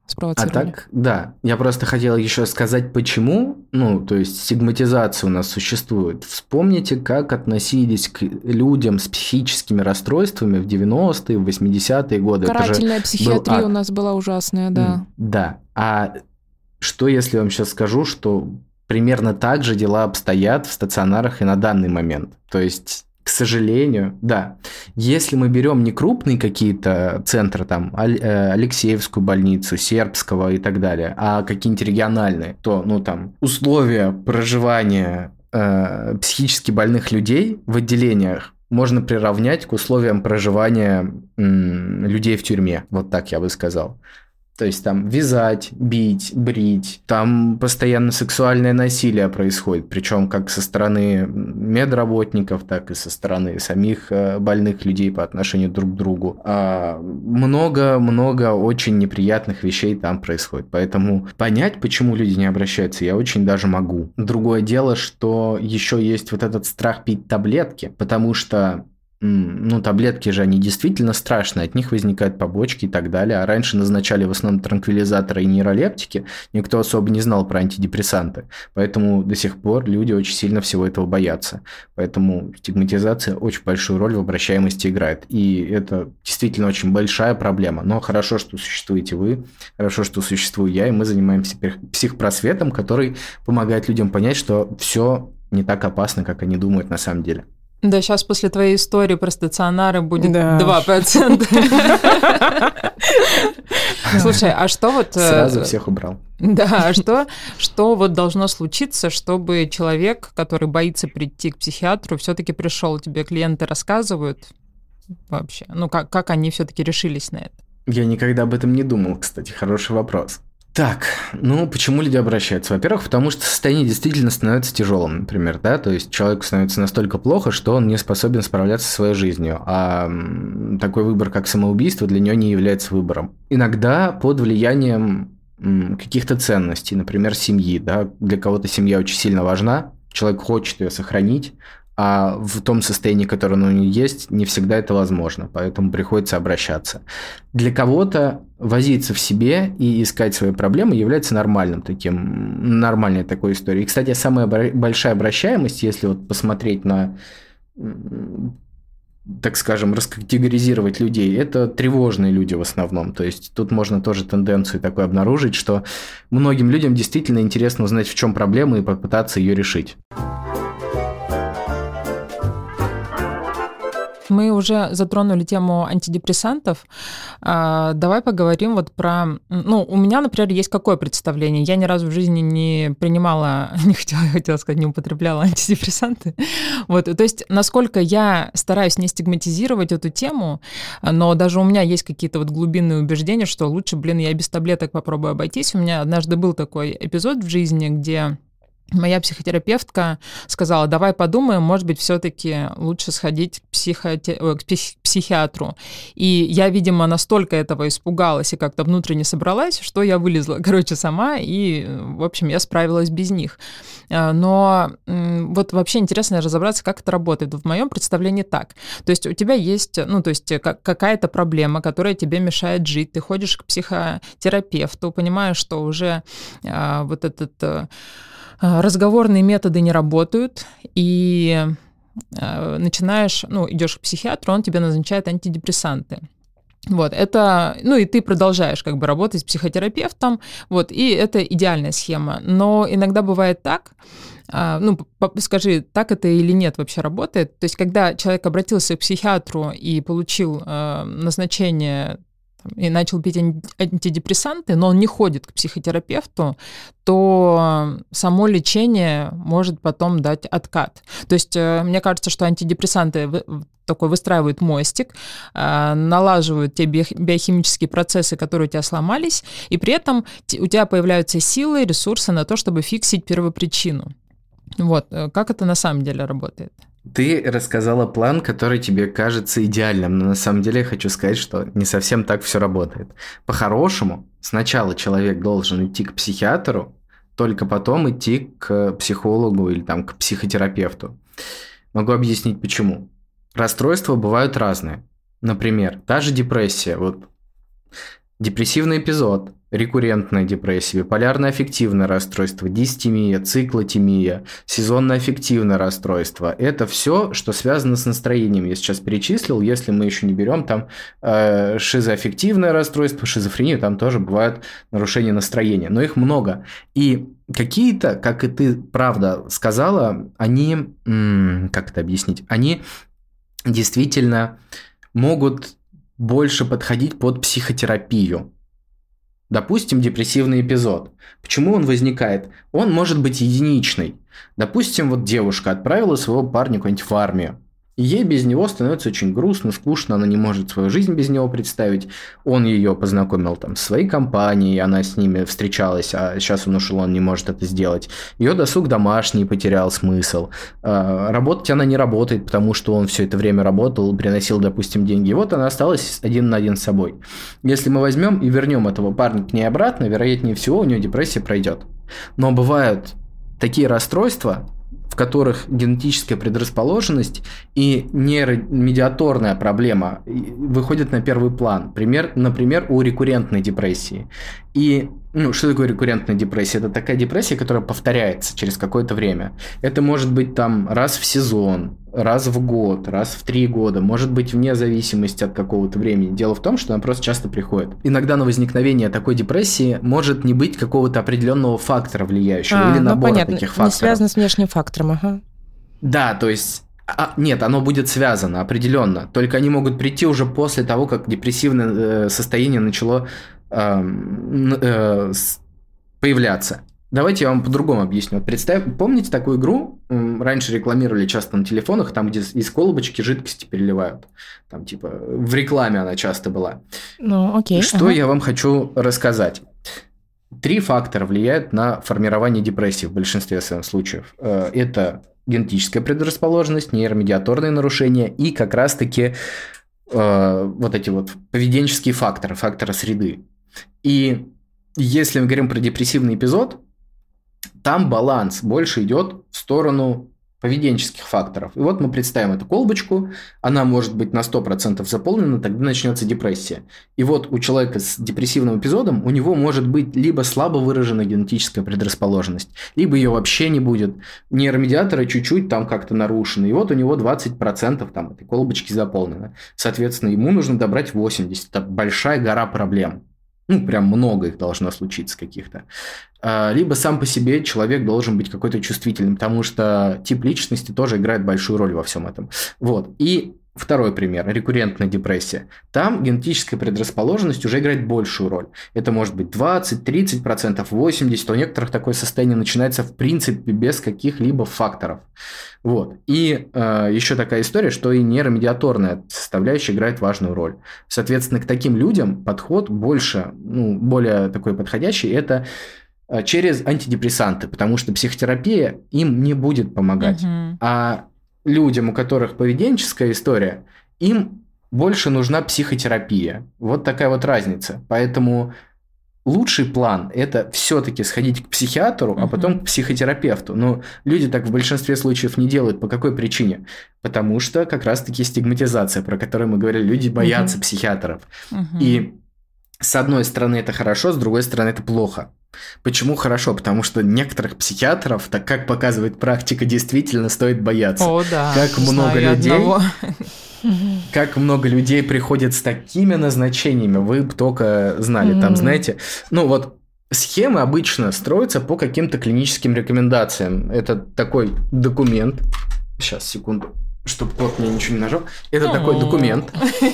спровоцировали.
А так, да. Я просто хотел еще сказать, почему, то есть стигматизация у нас существует. Вспомните, как относились к людям с психическими расстройствами в 90-е, в 80-е годы.
Карательная психиатрия у нас была ужасная, да.
Да. А что, если я вам сейчас скажу, что примерно так же дела обстоят в стационарах и на данный момент? То есть... К сожалению, да. Если мы берем не крупные какие-то центры, там, Алексеевскую больницу, Сербского и так далее, а какие-нибудь региональные, то, там, условия проживания психически больных людей в отделениях можно приравнять к условиям проживания людей в тюрьме. Вот так я бы сказал. То есть там вязать, бить, брить, там постоянно сексуальное насилие происходит, причем как со стороны медработников, так и со стороны самих больных людей по отношению друг к другу. Много-много очень неприятных вещей там происходит, поэтому понять, почему люди не обращаются, я очень даже могу. Другое дело, что еще есть вот этот страх пить таблетки, потому что таблетки же, они действительно страшные, от них возникают побочки и так далее. А раньше назначали в основном транквилизаторы и нейролептики, никто особо не знал про антидепрессанты. Поэтому до сих пор люди очень сильно всего этого боятся. Поэтому стигматизация очень большую роль в обращаемости играет. И это действительно очень большая проблема. Но хорошо, что существуете вы, хорошо, что существую я, и мы занимаемся психпросветом, который помогает людям понять, что все не так опасно, как они думают на самом деле.
Да, сейчас после твоей истории про стационары будет 2%. Слушай, а что вот...
Сразу всех убрал.
Да, а что вот должно случиться, чтобы человек, который боится прийти к психиатру, все-таки пришел? Тебе клиенты рассказывают вообще? Как они все-таки решились на это?
Я никогда об этом не думал, кстати, хороший вопрос. Так, почему люди обращаются? Во-первых, потому что состояние действительно становится тяжелым, например, да, то есть человеку становится настолько плохо, что он не способен справляться со своей жизнью, а такой выбор, как самоубийство, для него не является выбором. Иногда под влиянием каких-то ценностей, например, семьи, да, для кого-то семья очень сильно важна, человек хочет ее сохранить, а в том состоянии, которое у него есть, не всегда это возможно, поэтому приходится обращаться. Для кого-то возиться в себе и искать свои проблемы является нормальной такой историей. И, кстати, самая большая обращаемость, если вот посмотреть на, так скажем, раскатегоризировать людей, это тревожные люди в основном. То есть тут можно тоже тенденцию такую обнаружить, что многим людям действительно интересно узнать, в чем проблема, и попытаться ее решить.
Мы уже затронули тему антидепрессантов. Давай поговорим вот про... у меня, например, есть какое представление? Я ни разу в жизни не принимала, хотела сказать, не употребляла антидепрессанты. Вот, то есть, насколько я стараюсь не стигматизировать эту тему, но даже у меня есть какие-то вот глубинные убеждения, что лучше, я без таблеток попробую обойтись. У меня однажды был такой эпизод в жизни, где... Моя психотерапевтка сказала, давай подумаем, может быть, все-таки лучше сходить к психиатру. И я, видимо, настолько этого испугалась и как-то внутренне собралась, что я вылезла, сама, и, в общем, я справилась без них. Но вот вообще интересно разобраться, как это работает. В моем представлении так. То есть у тебя есть, какая-то проблема, которая тебе мешает жить, ты ходишь к психотерапевту, понимаешь, что уже вот этот... разговорные методы не работают, и начинаешь, идешь к психиатру, он тебе назначает антидепрессанты. Вот, это, и ты продолжаешь работать с психотерапевтом, вот, и это идеальная схема. Но иногда бывает так, скажи, так это или нет вообще работает? То есть, когда человек обратился к психиатру и получил назначение и начал пить антидепрессанты, но он не ходит к психотерапевту, то само лечение может потом дать откат. То есть мне кажется, что антидепрессанты такой выстраивают мостик, налаживают те биохимические процессы, которые у тебя сломались, и при этом у тебя появляются силы, ресурсы на то, чтобы фиксить первопричину. Вот, как это на самом деле работает?
Ты рассказала план, который тебе кажется идеальным, но на самом деле я хочу сказать, что не совсем так все работает. По-хорошему, сначала человек должен идти к психиатру, только потом идти к психологу или к психотерапевту. Могу объяснить почему. Расстройства бывают разные. Например, та же депрессия. Вот депрессивный эпизод – рекуррентная депрессия, биполярно-аффективное расстройство, дистемия, циклотемия, сезонно-аффективное расстройство. Это все, что связано с настроением. Я сейчас перечислил, если мы еще не берем там шизоаффективное расстройство, шизофрению, там тоже бывают нарушения настроения. Но их много. И какие-то, как и ты правда сказала, они, как это объяснить, они действительно могут больше подходить под психотерапию. Допустим, депрессивный эпизод. Почему он возникает? Он может быть единичный. Допустим, вот девушка отправила своего парня куда-нибудь в армию. И ей без него становится очень грустно, скучно, она не может свою жизнь без него представить. Он ее познакомил там с своей компанией, она с ними встречалась, а сейчас он ушел, он не может это сделать. Ее досуг домашний потерял смысл. Работать она не работает, потому что он все это время работал, приносил, допустим, деньги. И вот она осталась один на один с собой. Если мы возьмем и вернем этого парня к ней обратно, вероятнее всего у нее депрессия пройдет. Но бывают такие расстройства, в которых генетическая предрасположенность и нейромедиаторная проблема выходят на первый план. Например, у рекуррентной депрессии. И что такое рекуррентная депрессия? Это такая депрессия, которая повторяется через какое-то время. Это может быть там раз в сезон, раз в год, раз в 3 года, может быть вне зависимости от какого-то времени. Дело в том, что она просто часто приходит. Иногда на возникновение такой депрессии может не быть какого-то определенного фактора влияющего или набора таких факторов.
Не связано с внешним фактором, ага.
Да, то есть... Нет, оно будет связано определенно. Только они могут прийти уже после того, как депрессивное состояние начало появляться. Давайте я вам по-другому объясню. Помните такую игру? Раньше рекламировали часто на телефонах, там, где из колобочки жидкости переливают. Там, типа, в рекламе она часто была.
Ну, окей.
Что я вам хочу рассказать? 3 фактора влияют на формирование депрессии в большинстве своих случаев. Это генетическая предрасположенность, нейромедиаторные нарушения и как раз-таки вот эти вот поведенческие факторы среды. И если мы говорим про депрессивный эпизод, там баланс больше идет в сторону поведенческих факторов. И вот мы представим эту колбочку, она может быть на 100% заполнена, тогда начнется депрессия. И вот у человека с депрессивным эпизодом, у него может быть либо слабо выраженная генетическая предрасположенность, либо ее вообще не будет. Нейромедиаторы чуть-чуть там как-то нарушены, и вот у него 20% там этой колбочки заполнено. Соответственно, ему нужно добрать 80%. Это большая гора проблем. Прям много их должно случиться каких-то. Либо сам по себе человек должен быть какой-то чувствительным, потому что тип личности тоже играет большую роль во всем этом. Вот. И второй пример – рекуррентная депрессия. Там генетическая предрасположенность уже играет большую роль. Это может быть 20, 30%, 80%. У некоторых такое состояние начинается в принципе без каких-либо факторов. Вот. И еще такая история, что и нейромедиаторная составляющая играет важную роль. Соответственно, к таким людям подход более такой подходящий – это через антидепрессанты, потому что психотерапия им не будет помогать. А людям, у которых поведенческая история, им больше нужна психотерапия. Вот такая вот разница. Поэтому лучший план – это все-таки сходить к психиатру, а потом к психотерапевту. Но люди так в большинстве случаев не делают. По какой причине? Потому что как раз-таки стигматизация, про которую мы говорили. Люди боятся психиатров. И с одной стороны это хорошо, с другой стороны это плохо. Почему хорошо? Потому что некоторых психиатров, так как показывает практика, действительно стоит бояться.
О, да.
Как много людей приходят с такими назначениями, вы бы только знали. Там, знаете, схемы обычно строятся по каким-то клиническим рекомендациям. Это такой документ. Сейчас, секунду, чтобы кот мне ничего не нажал. Это такой документ.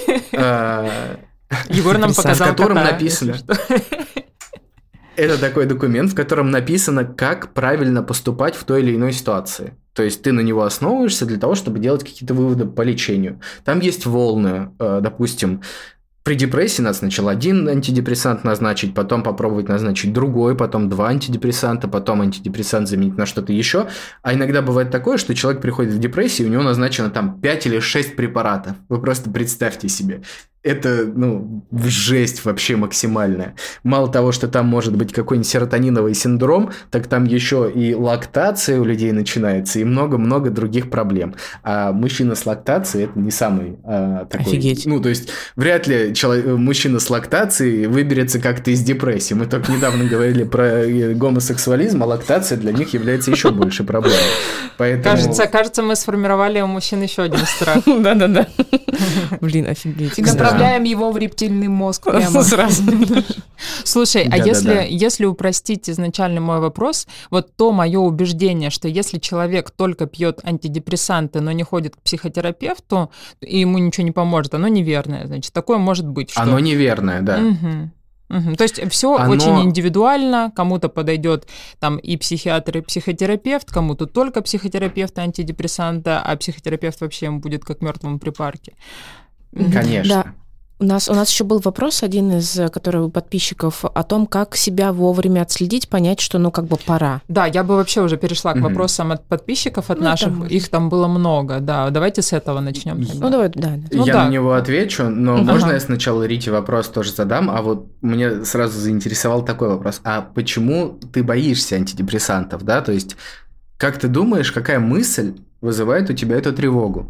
Егор нам показал,
в котором написано... Это такой документ, в котором написано, как правильно поступать в той или иной ситуации. То есть ты на него основываешься для того, чтобы делать какие-то выводы по лечению. Там есть волны, допустим, при депрессии надо сначала 1 антидепрессант назначить, потом попробовать назначить другой, потом 2 антидепрессанта, потом антидепрессант заменить на что-то еще. А иногда бывает такое, что человек приходит в депрессию, у него назначено там 5 или 6 препаратов. Вы просто представьте себе. это, жесть вообще максимальная. Мало того, что там может быть какой-нибудь серотониновый синдром, так там еще и лактация у людей начинается, и много-много других проблем. А мужчина с лактацией – это не самый такой...
Офигеть.
То есть, вряд ли мужчина с лактацией выберется как-то из депрессии. Мы только недавно говорили про гомосексуализм, а лактация для них является еще больше проблемой. Поэтому...
Кажется, мы сформировали у мужчин еще один страх.
Да-да-да. Блин, офигеть.
Направляем его в рептильный мозг прямо.
Сразу.
Слушай, а если упростить изначально мой вопрос, вот то мое убеждение, что если человек только пьет антидепрессанты, но не ходит к психотерапевту, и ему ничего не поможет, оно неверное. Значит, такое может быть. Что...
Оно неверное, да.
То есть все очень индивидуально, кому-то подойдет там и психиатр, и психотерапевт, кому-то только психотерапевт и антидепрессанта, а психотерапевт вообще ему будет как мертвому припарке.
Конечно.
Да. У нас еще был вопрос, один из который у подписчиков, о том, как себя вовремя отследить, понять, что, пора.
Да, я бы вообще уже перешла к вопросам от подписчиков, от наших. Их там было много, да. Давайте с этого начнем.
Давай, да.
Я на него отвечу, но можно я сначала Рите вопрос тоже задам? А вот мне сразу заинтересовал такой вопрос. А почему ты боишься антидепрессантов, да? То есть, как ты думаешь, какая мысль вызывает у тебя эту тревогу?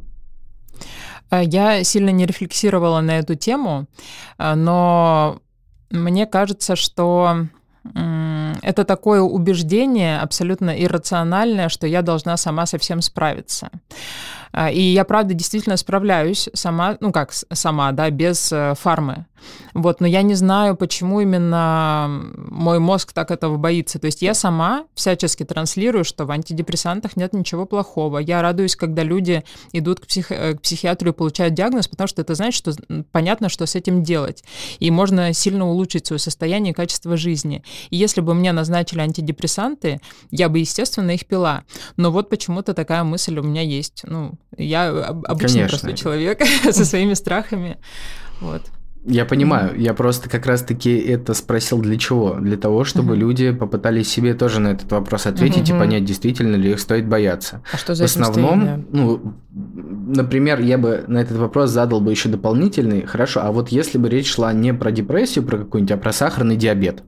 Я сильно не рефлексировала на эту тему, но мне кажется, что это такое убеждение абсолютно иррациональное, что я должна сама со всем справиться. И я, правда, действительно справляюсь сама, без фармы. Но я не знаю, почему именно мой мозг так этого боится. То есть я сама всячески транслирую, что в антидепрессантах нет ничего плохого. Я радуюсь, когда люди идут к психиатру и получают диагноз, потому что это значит, что понятно, что с этим делать. И можно сильно улучшить свое состояние и качество жизни. И если бы мне назначили антидепрессанты, я бы, естественно, их пила. Но вот почему-то такая мысль у меня есть. Я обычный простой человек со своими страхами. Вот.
Я понимаю, я просто как раз-таки это спросил для чего? Для того, чтобы люди попытались себе тоже на этот вопрос ответить и понять, действительно ли их стоит бояться.
А что за
В основном, например, я бы на этот вопрос задал бы еще дополнительный. Хорошо, а вот если бы речь шла не про депрессию, про какую-нибудь, а про сахарный диабет.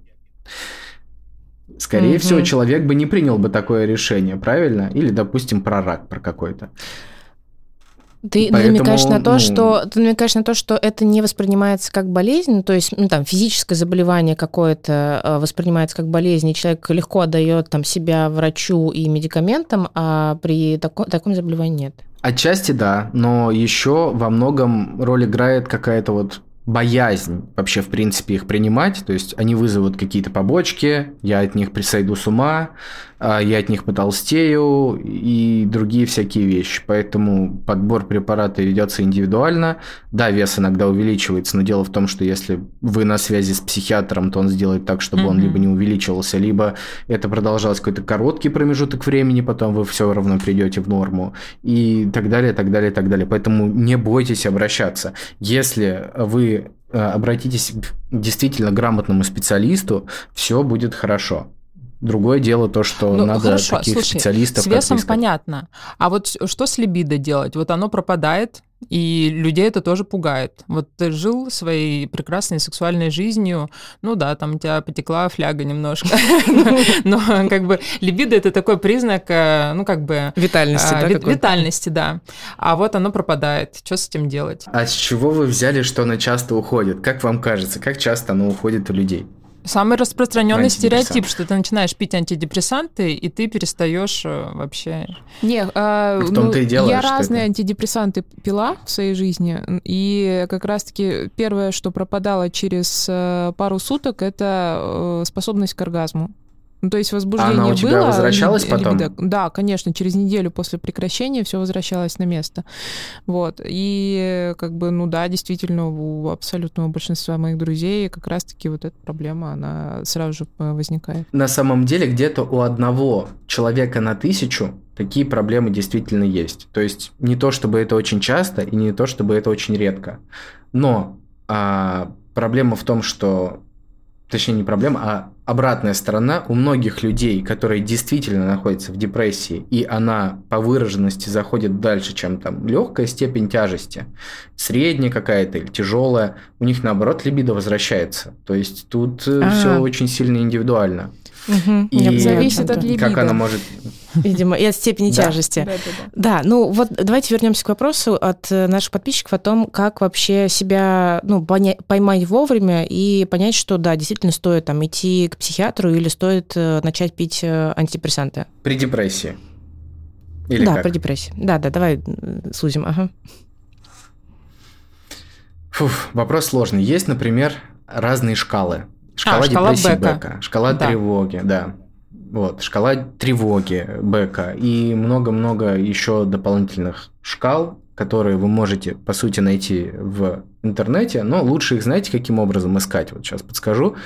Скорее всего, человек бы не принял бы такое решение, правильно? Или, допустим, про рак, про какой-то.
Ты намекаешь на то, что это не воспринимается как болезнь, то есть физическое заболевание какое-то воспринимается как болезнь, и человек легко отдает себя врачу и медикаментам, а при таком заболевании нет.
Отчасти да, но еще во многом роль играет какая-то боязнь вообще, в принципе, их принимать, то есть они вызовут какие-то побочки, я от них сойду с ума, я от них потолстею и другие всякие вещи. Поэтому подбор препарата ведется индивидуально. Да, вес иногда увеличивается, но дело в том, что если вы на связи с психиатром, то он сделает так, чтобы он либо не увеличивался, либо это продолжалось какой-то короткий промежуток времени, потом вы все равно придете в норму и так далее, так далее, так далее. Поэтому не бойтесь обращаться. Если вы обратитесь к действительно грамотному специалисту, все будет хорошо. Другое дело то, что надо таких специалистов.
С весом понятно. А вот что с либидо делать? Вот оно пропадает, и людей это тоже пугает. Вот ты жил своей прекрасной сексуальной жизнью, там у тебя потекла фляга немножко, но либидо это такой признак,
витальности, да?
Витальности, да. А вот оно пропадает. Что с этим делать?
А с чего вы взяли, что оно часто уходит? Как вам кажется, как часто оно уходит у людей?
Самый распространенный стереотип, что ты начинаешь пить антидепрессанты, и ты перестаешь вообще...
в том-то и дело,
я разные антидепрессанты пила в своей жизни, и как раз-таки первое, что пропадало через пару суток, это способность к оргазму. То есть возбуждение было.
Она у тебя возвращалась потом?
Да, конечно, через неделю после прекращения все возвращалось на место. И действительно, у абсолютного большинства моих друзей как раз-таки эта проблема, она сразу же возникает.
На самом деле, где-то у одного человека на 1000 такие проблемы действительно есть. То есть не то, чтобы это очень часто, и не то, чтобы это очень редко. Но проблема в том, что... Точнее, не проблема, а обратная сторона, у многих людей, которые действительно находятся в депрессии, и она по выраженности заходит дальше, чем там легкая степень тяжести, средняя какая-то или тяжелая, у них наоборот либидо возвращается. То есть тут все очень сильно индивидуально.
И зависит от либидо.
Как она может...
Видимо, и от степени тяжести. Да, ну вот давайте вернемся к вопросу от наших подписчиков о том, как вообще себя поймать вовремя и понять, что да, действительно стоит там идти к психиатру или стоит начать пить антидепрессанты.
При депрессии. Или
да,
как?
при депрессии. Да, давай сузим. Ага.
Вопрос сложный. Есть, например, разные шкалы. Шкала депрессии Бека, шкала тревоги, да. Вот, шкала тревоги Бека и много-много еще дополнительных шкал, которые вы можете, по сути, найти в интернете, но лучше их, знаете, каким образом искать? Вот сейчас подскажу.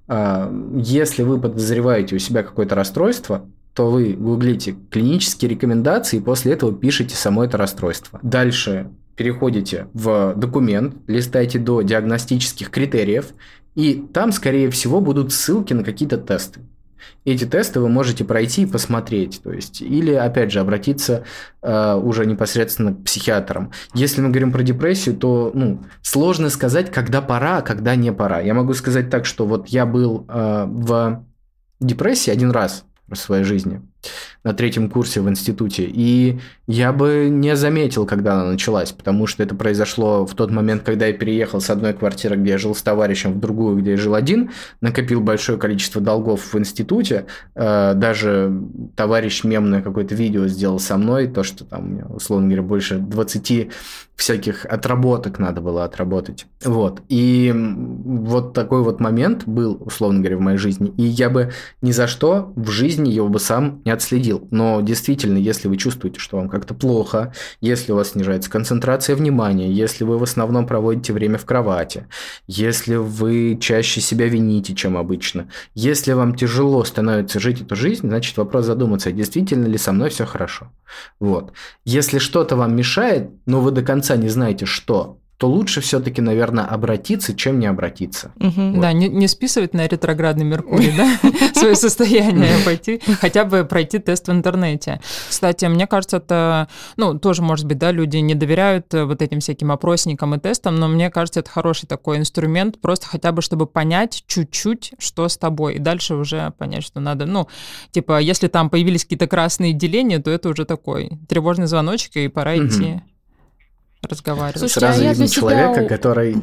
Если вы подозреваете у себя какое-то расстройство, то вы гуглите клинические рекомендации и после этого пишете само это расстройство. Дальше переходите в документ, листайте до диагностических критериев, и там, скорее всего, будут ссылки на какие-то тесты. Эти тесты вы можете пройти и посмотреть, то есть, или, опять же, обратиться уже непосредственно к психиатрам. Если мы говорим про депрессию, то сложно сказать, когда пора, а когда не пора. Я могу сказать так, что вот я был в депрессии один раз в своей жизни, на 3-м курсе в институте, и я бы не заметил, когда она началась, потому что это произошло в тот момент, когда я переехал с одной квартиры, где я жил с товарищем, в другую, где я жил один, накопил большое количество долгов в институте, даже товарищ мемное какое-то видео сделал со мной, то, что там у меня, условно говоря, больше 20 всяких отработок надо было отработать. Вот. И вот такой вот момент был, условно говоря, в моей жизни, и я бы ни за что в жизни его бы сам не отследил. Но действительно, если вы чувствуете, что вам как-то плохо, если у вас снижается концентрация внимания, если вы в основном проводите время в кровати, если вы чаще себя вините, чем обычно, если вам тяжело становится жить эту жизнь, значит вопрос задуматься, действительно ли со мной все хорошо. Вот. Если что-то вам мешает, но вы до конца не знаете, что, то лучше все-таки, наверное, обратиться, чем не обратиться.
Вот. Да, не списывать на ретроградный Меркурий, да, свое состояние, пойти, хотя бы пройти тест в интернете. Кстати, мне кажется, это, тоже, может быть, да, люди не доверяют вот этим всяким опросникам и тестам, но мне кажется, это хороший такой инструмент, просто хотя бы, чтобы понять чуть-чуть, что с тобой, и дальше уже понять, что надо, если там появились какие-то красные деления, то это уже такой тревожный звоночек, и пора идти разговаривать.
Слушайте,
сразу видно человека, который...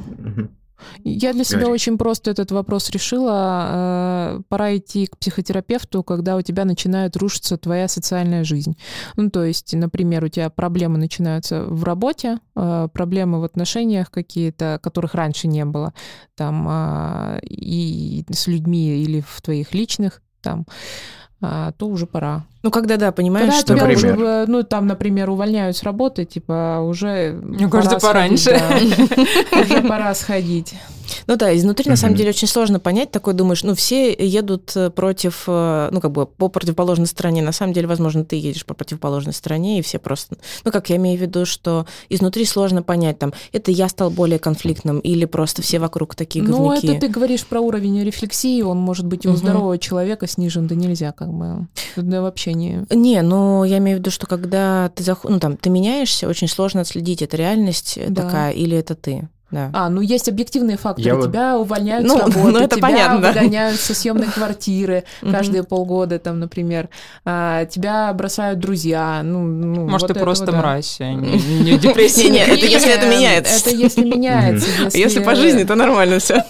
Я для себя очень просто этот вопрос решила. Пора идти к психотерапевту, когда у тебя начинает рушиться твоя социальная жизнь. То есть, например, у тебя проблемы начинаются в работе, проблемы в отношениях какие-то, которых раньше не было, там, и с людьми или в твоих личных, там, то уже пора.
Когда, понимаешь,
когда
что...
тебя
Например?
уже, например, увольняют с работы, уже...
Мне кажется, пораньше.
Уже пора сходить.
Изнутри, на самом деле, очень сложно понять. Такой думаешь, все едут против, по противоположной стороне. На самом деле, возможно, ты едешь по противоположной стороне, и все просто... я имею в виду, что изнутри сложно понять, это я стал более конфликтным, или просто все вокруг такие говнюки.
Это ты говоришь про уровень рефлексии, он может быть у здорового человека снижен, да нельзя, да вообще не...
Я имею в виду, что когда ты ты меняешься, очень сложно отследить, это реальность такая или это ты. Да.
Есть объективные факторы. Тебя увольняют с работы,
это
тебя
понятно,
выгоняют со съемной квартиры каждые полгода, например. Тебя бросают друзья.
Может, ты просто мразь, не депрессия.
Нет, это если это меняется.
Это если меняется.
Если по жизни, то нормально все.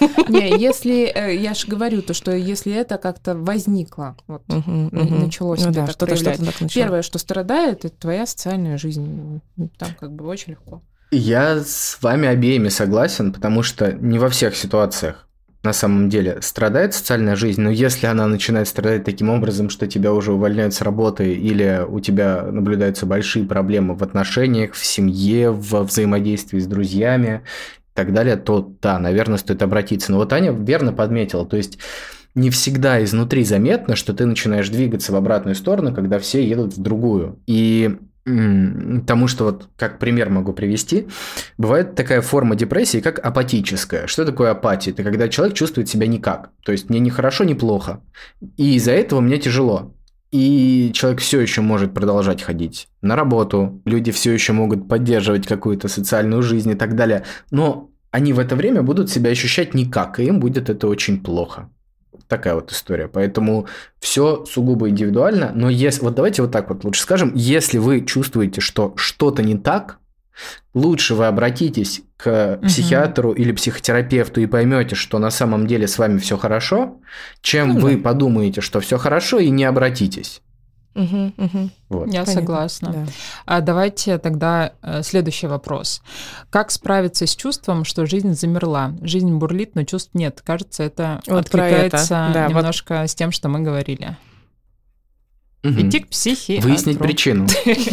Я же говорю, что если это как-то возникло, начало себя так проявлять. Первое, что страдает, это твоя социальная жизнь. Там очень легко.
Я с вами обеими согласен, потому что не во всех ситуациях на самом деле страдает социальная жизнь, но если она начинает страдать таким образом, что тебя уже увольняют с работы или у тебя наблюдаются большие проблемы в отношениях, в семье, в взаимодействии с друзьями и так далее, то да, наверное, стоит обратиться. Но Аня верно подметила, то есть не всегда изнутри заметно, что ты начинаешь двигаться в обратную сторону, когда все едут в другую. И Потому что вот как пример могу привести, бывает такая форма депрессии, как апатическая. Что такое апатия? Это когда человек чувствует себя никак. То есть мне ни хорошо, ни плохо. И из-за этого мне тяжело. И человек все еще может продолжать ходить на работу, люди все еще могут поддерживать какую-то социальную жизнь и так далее. Но они в это время будут себя ощущать никак, и им будет это очень плохо. Такая вот история. Поэтому все сугубо индивидуально. Но если, вот давайте вот так вот лучше скажем, если вы чувствуете, что что-то не так, лучше вы обратитесь к психиатру или психотерапевту и поймете, что на самом деле с вами все хорошо, чем вы подумаете, что все хорошо, и не обратитесь.
Вот. Я согласна. Да. А давайте тогда следующий вопрос. Как справиться с чувством, что жизнь замерла? Жизнь бурлит, но чувств нет. Кажется, это вот откликается немножко с тем, что мы говорили. Идти к психиатру.
Выяснить причину.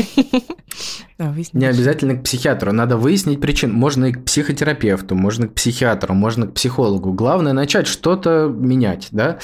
Не обязательно к психиатру, надо выяснить причину. Можно и к психотерапевту, можно к психиатру, можно к психологу. Главное начать что-то менять, да?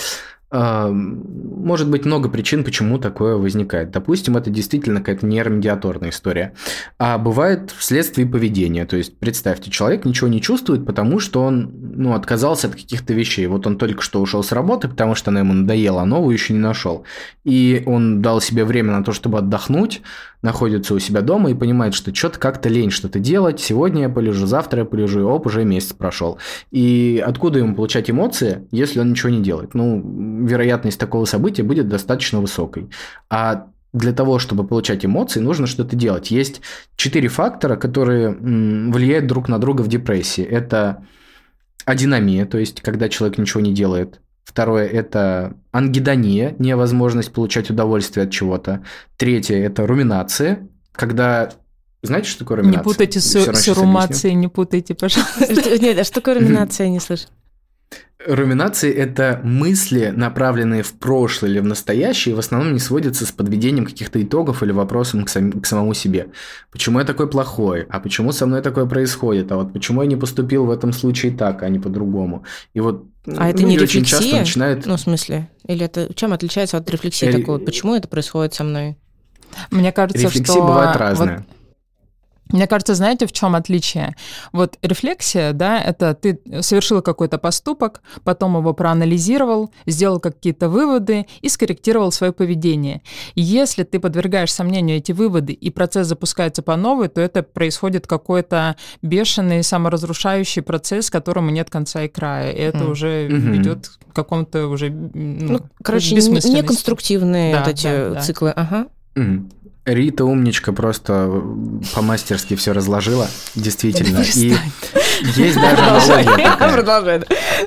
Может быть много причин, почему такое возникает. Допустим, это действительно какая-то нейромедиаторная история. А бывает вследствие поведения. То есть, представьте, человек ничего не чувствует, потому что он отказался от каких-то вещей. Вот он только что ушел с работы, потому что она ему надоела, а новую еще не нашел. И он дал себе время на то, чтобы отдохнуть, находится у себя дома и понимает, что что-то как-то лень что-то делать. Сегодня я полежу, завтра я полежу, и уже месяц прошел. И откуда ему получать эмоции, если он ничего не делает? Вероятность такого события будет достаточно высокой. А для того, чтобы получать эмоции, нужно что-то делать. Есть 4 фактора, которые влияют друг на друга в депрессии. Это адинамия, то есть когда человек ничего не делает. Второе – это ангидония, невозможность получать удовольствие от чего-то. Третье – это руминация, когда… Знаете, что такое руминация?
Не путайте с румацией, не путайте, пожалуйста.
Нет, а что такое руминация, я не слышу.
Руминации – это мысли, направленные в прошлое или в настоящее, и в основном не сводятся с подведением каких-то итогов или вопросом к самому себе. Почему я такой плохой? А почему со мной такое происходит? А вот почему я не поступил в этом случае так, а не по-другому? И вот
это не рефлексия?
Очень часто начинают…
в смысле? Или это чем отличается от рефлексии такой? Почему это происходит со мной?
Мне кажется,
рефлексии бывают разные.
Мне кажется, знаете, в чем отличие? Вот рефлексия, да, это ты совершил какой-то поступок, потом его проанализировал, сделал какие-то выводы и скорректировал свое поведение. Если ты подвергаешь сомнению эти выводы, и процесс запускается по новой, то это происходит какой-то бешеный саморазрушающий процесс, которому нет конца и края. И это уже ведет к какому-то уже бессмысленности.
Неконструктивные вот эти циклы. Ага.
Рита умничка, просто по-мастерски все разложила, действительно. И есть даже аналогия такая.
Продолжай.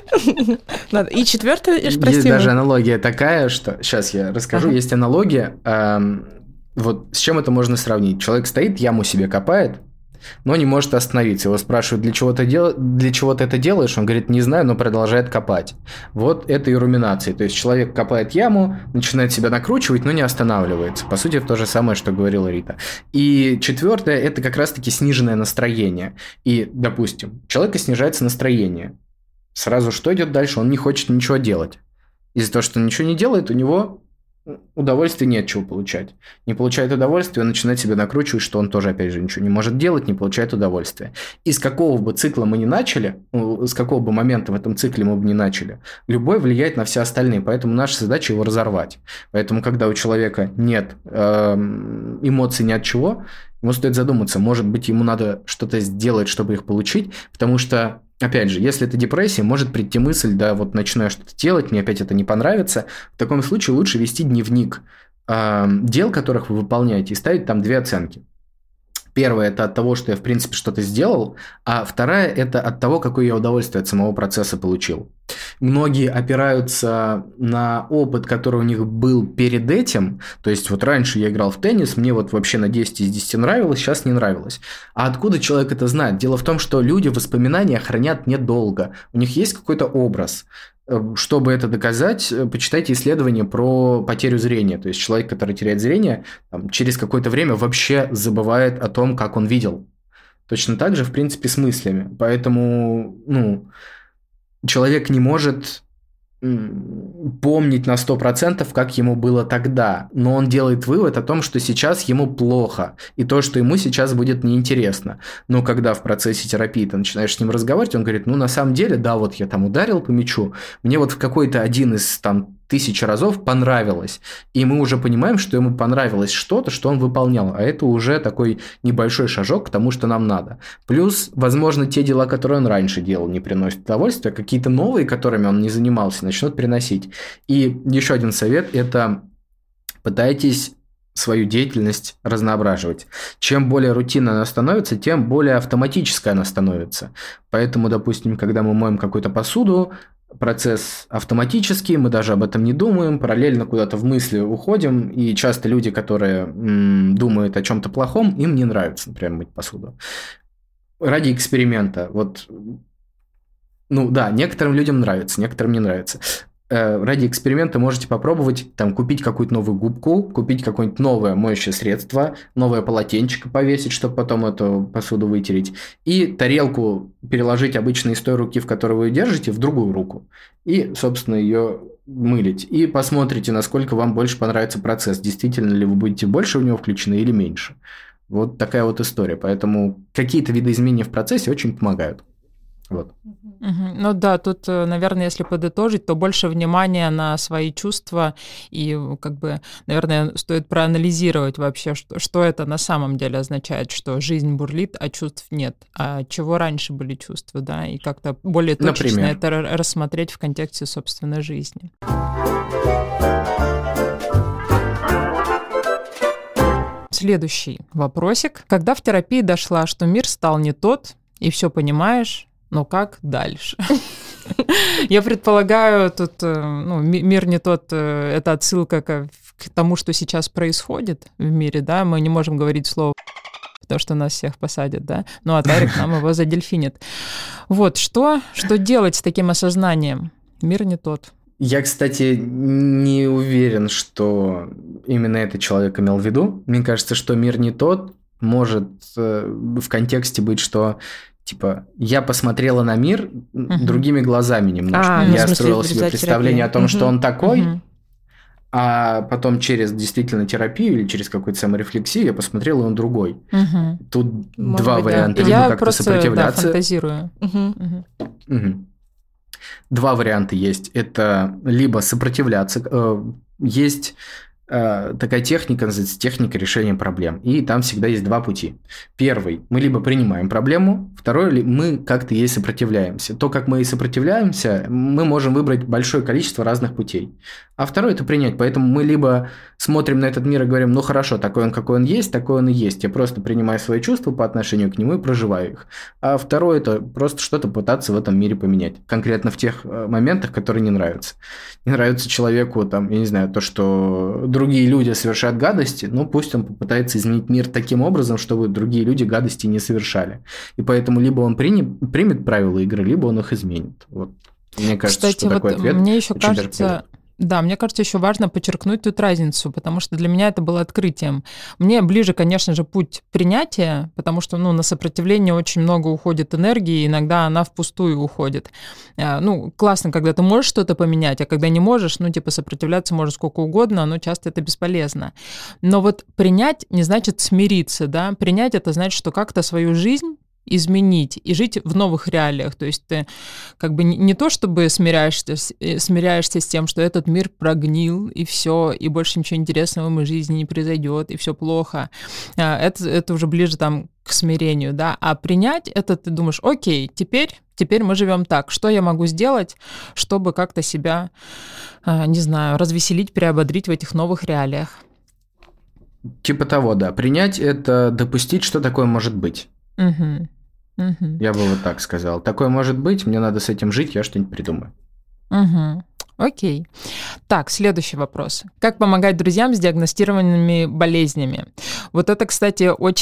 И четвертое,
есть даже аналогия такая, что… Сейчас я расскажу. Есть аналогия. Вот с чем это можно сравнить? Человек стоит, яму себе копает, но не может остановиться. Его спрашивают, для чего ты это делаешь? Он говорит, не знаю, но продолжает копать. Вот это и руминация. То есть человек копает яму, начинает себя накручивать, но не останавливается. По сути, это то же самое, что говорила Рита. И четвертое – это как раз-таки сниженное настроение. И, допустим, у человека снижается настроение. Сразу что идет дальше? Он не хочет ничего делать. Из-за того, что он ничего не делает, у него… удовольствия нет чего получать. Не получает удовольствия, он начинает себя накручивать, что он тоже, опять же, ничего не может делать, не получает удовольствия. И с какого бы цикла мы ни начали, с какого бы момента в этом цикле мы бы ни начали, любой влияет на все остальные, поэтому наша задача его разорвать. Поэтому, когда у человека нет эмоций ни от чего, ему стоит задуматься, может быть, ему надо что-то сделать, чтобы их получить, потому что опять же, если это депрессия, может прийти мысль, да, вот начинаю что-то делать, мне опять это не понравится. В таком случае лучше вести дневник дел, которых вы выполняете, и ставить там 2 оценки. Первая – это от того, что я, в принципе, что-то сделал, а вторая – это от того, какое я удовольствие от самого процесса получил. Многие опираются на опыт, который у них был перед этим. То есть, вот раньше я играл в теннис, мне вот вообще на 10 из 10 нравилось, сейчас не нравилось. А откуда человек это знает? Дело в том, что люди воспоминания хранят недолго. У них есть какой-то образ. Чтобы это доказать, почитайте исследования про потерю зрения. То есть человек, который теряет зрение, через какое-то время вообще забывает о том, как он видел. Точно так же, в принципе, с мыслями. Поэтому, человек не может помнить на 100%, как ему было тогда. Но он делает вывод о том, что сейчас ему плохо, и то, что ему сейчас будет неинтересно. Но когда в процессе терапии ты начинаешь с ним разговаривать, он говорит, на самом деле, да, вот я там ударил по мячу, мне вот в какой-то один из там 1000 разов понравилось. И мы уже понимаем, что ему понравилось что-то, что он выполнял. А это уже такой небольшой шажок к тому, что нам надо. Плюс, возможно, те дела, которые он раньше делал, не приносят удовольствия. Какие-то новые, которыми он не занимался, начнут приносить. И еще один совет – это пытайтесь свою деятельность разноображивать. Чем более рутинно она становится, тем более автоматической она становится. Поэтому, допустим, когда мы моем какую-то посуду, процесс автоматический, мы даже об этом не думаем, параллельно куда-то в мысли уходим, и часто люди, которые думают о чем-то плохом, им не нравится, например, мыть посуду. Ради эксперимента, некоторым людям нравится, некоторым не нравится. Ради эксперимента можете попробовать купить какую-то новую губку, купить какое-нибудь новое моющее средство, новое полотенчико повесить, чтобы потом эту посуду вытереть, и тарелку переложить обычно из той руки, в которой вы ее держите, в другую руку, и, собственно, ее мылить. И посмотрите, насколько вам больше понравится процесс, действительно ли вы будете больше в него включены или меньше. Вот такая вот история. Поэтому какие-то видоизменения в процессе очень помогают. Вот.
Ну да, тут, наверное, если подытожить, то больше внимания на свои чувства и, наверное, стоит проанализировать вообще, что это на самом деле означает, что жизнь бурлит, а чувств нет. А чего раньше были чувства, да, и как-то более точечно это рассмотреть в контексте собственной жизни. Следующий вопросик. Когда в терапии дошла, что мир стал не тот, и все понимаешь, но как дальше? Я предполагаю, тут мир не тот, это отсылка к тому, что сейчас происходит в мире, да, мы не можем говорить слово, потому что нас всех посадят, да, а Тарик нам его задельфинит. Вот, что делать с таким осознанием? Мир не тот.
Я, кстати, не уверен, что именно этот человек имел в виду. Мне кажется, что мир не тот может в контексте быть, что я посмотрела на мир другими глазами немножко. Я строила себе представление о том, что он такой, а потом через действительно терапию или через какую-то саморефлексию я посмотрела, он другой. Тут может два варианта.
Да. Я как-то сопротивляться. Фантазирую.
Два варианта есть. Это либо сопротивляться. Есть такая техника, называется техника решения проблем. И там всегда есть два пути. Первый, мы либо принимаем проблему, второй, мы как-то ей сопротивляемся. То, как мы ей сопротивляемся, мы можем выбрать большое количество разных путей. А второй – это принять. Поэтому мы либо смотрим на этот мир и говорим, хорошо, такой он, какой он есть, такой он и есть. Я просто принимаю свои чувства по отношению к нему и проживаю их. А второй – это просто что-то пытаться в этом мире поменять. Конкретно в тех моментах, которые не нравятся. Не нравится человеку, я не знаю, то, что другие люди совершают гадости, пусть он попытается изменить мир таким образом, чтобы другие люди гадости не совершали. И поэтому либо он примет правила игры, либо он их изменит. Вот. Мне кажется,
кстати,
что такой ответ
мне еще кажется... Да, мне кажется, еще важно подчеркнуть тут разницу, потому что для меня это было открытием. Мне ближе, конечно же, путь принятия, потому что, на сопротивление очень много уходит энергии, иногда она впустую уходит. Классно, когда ты можешь что-то поменять, а когда не можешь, сопротивляться можно сколько угодно, но часто это бесполезно. Но вот принять не значит смириться, да, принять это значит, что как-то свою жизнь изменить и жить в новых реалиях. То есть ты не то чтобы смиряешься с тем, что этот мир прогнил, и все, и больше ничего интересного в моей жизни не произойдет, и все плохо. Это уже ближе к смирению, да. А принять это ты думаешь, окей, теперь мы живем так. Что я могу сделать, чтобы как-то себя, не знаю, развеселить, приободрить в этих новых реалиях?
Типа того, да. Принять – это допустить, что такое может быть. Я бы вот так сказал. Такое может быть, мне надо с этим жить, я что-нибудь придумаю.
Окей. Так, следующий вопрос. Как помогать друзьям с диагностированными болезнями? Вот это, кстати, очень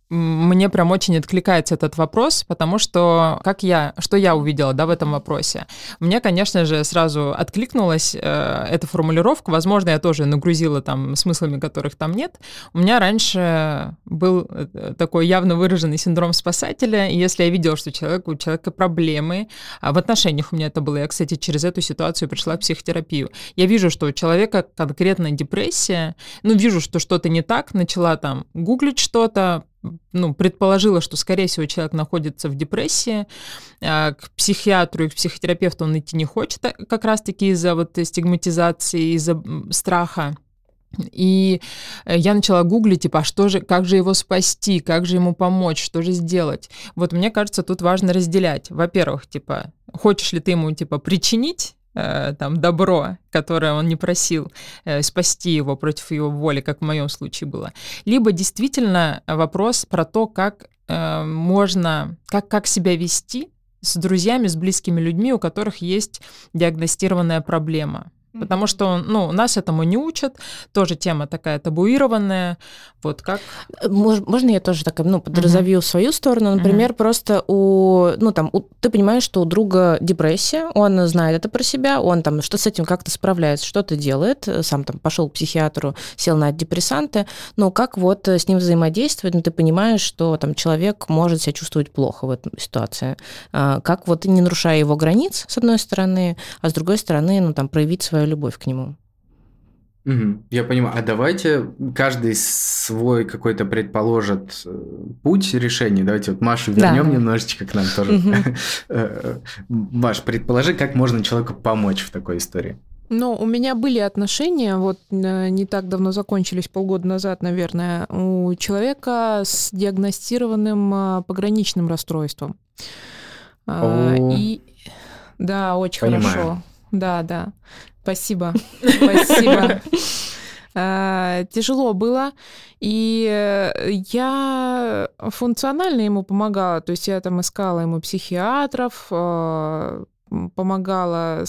мне прям очень откликается этот вопрос, потому что что я увидела, да, в этом вопросе. Мне, конечно же, сразу откликнулась эта формулировка. Возможно, я тоже нагрузила там смыслами, которых там нет. У меня раньше был такой явно выраженный синдром спасателя, и если я видела, что у человека проблемы, а в отношениях у меня это было, я, кстати, через эту ситуацию пришла в психотерапию. Я вижу, что у человека конкретно депрессия, вижу, что что-то не так, начала там гуглить что-то, предположила, что, скорее всего, человек находится в депрессии, к психиатру и к психотерапевту он идти не хочет, как раз-таки из-за стигматизации, из-за страха. И я начала гуглить, как же его спасти, как же ему помочь, что же сделать. Вот мне кажется, тут важно разделять. Во-первых, хочешь ли ты ему, причинить добро, которое он не просил, спасти его против его воли, как в моем случае было. Либо действительно вопрос про то, как можно, как себя вести с друзьями, с близкими людьми, у которых есть диагностированная проблема. Потому что нас этому не учат, тоже тема такая табуированная. Вот как?
Можно я тоже так, подразовью свою сторону? Например, просто ты понимаешь, что у друга депрессия, он знает это про себя, он что с этим как-то справляется, что-то делает, сам пошел к психиатру, сел на антидепрессанты, но как с ним взаимодействовать, ты понимаешь, что человек может себя чувствовать плохо в этой ситуации. Как не нарушая его границ, с одной стороны, а с другой стороны, проявить свою любовь к нему.
Я понимаю. А давайте каждый свой какой-то предположит путь решения. Давайте Машу вернем немножечко к нам тоже. Маш, предположи, как можно человеку помочь в такой истории.
У меня были отношения, не так давно закончились, полгода назад, наверное, у человека с диагностированным пограничным расстройством. Да, очень
Понимаю.
Хорошо. Да. Спасибо. Тяжело было, и я функционально ему помогала, то есть я искала ему психиатров, помогала,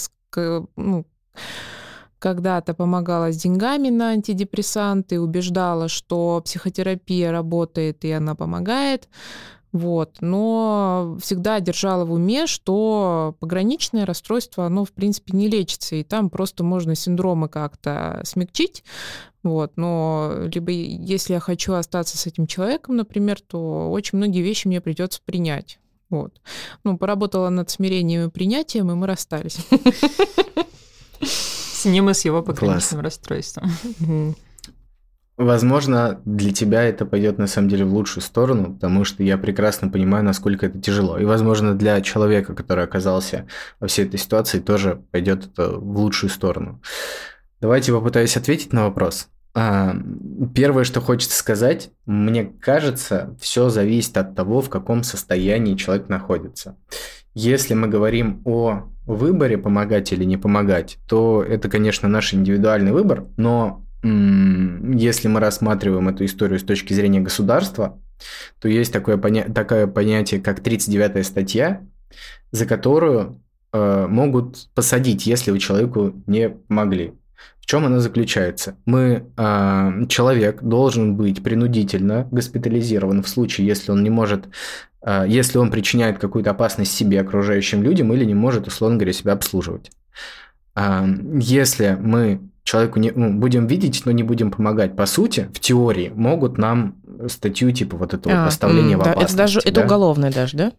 когда-то помогала с деньгами на антидепрессанты, убеждала, что психотерапия работает и она помогает. Но всегда держала в уме, что пограничное расстройство, оно, в принципе, не лечится, и там просто можно синдромы как-то смягчить. Но либо если я хочу остаться с этим человеком, например, то очень многие вещи мне придется принять. Поработала над смирением и принятием, и мы расстались.
С ним и с его пограничным расстройством.
Возможно, для тебя это пойдет на самом деле в лучшую сторону, потому что я прекрасно понимаю, насколько это тяжело. И, возможно, для человека, который оказался во всей этой ситуации, тоже пойдет это в лучшую сторону. Давайте попытаюсь ответить на вопрос. Первое, что хочется сказать, мне кажется, все зависит от того, в каком состоянии человек находится. Если мы говорим о выборе, помогать или не помогать, то это, конечно, наш индивидуальный выбор, но если мы рассматриваем эту историю с точки зрения государства, то есть такое понятие, как 39-я статья, за которую могут посадить, если вы человеку не помогли. В чем она заключается? Человек должен быть принудительно госпитализирован в случае, если он не может, если он причиняет какую-то опасность себе, окружающим людям, или не может, условно говоря, себя обслуживать. Если мы человеку будем видеть, но не будем помогать, по сути, в теории, могут нам статью поставления в опасность.
Это уголовное даже, да?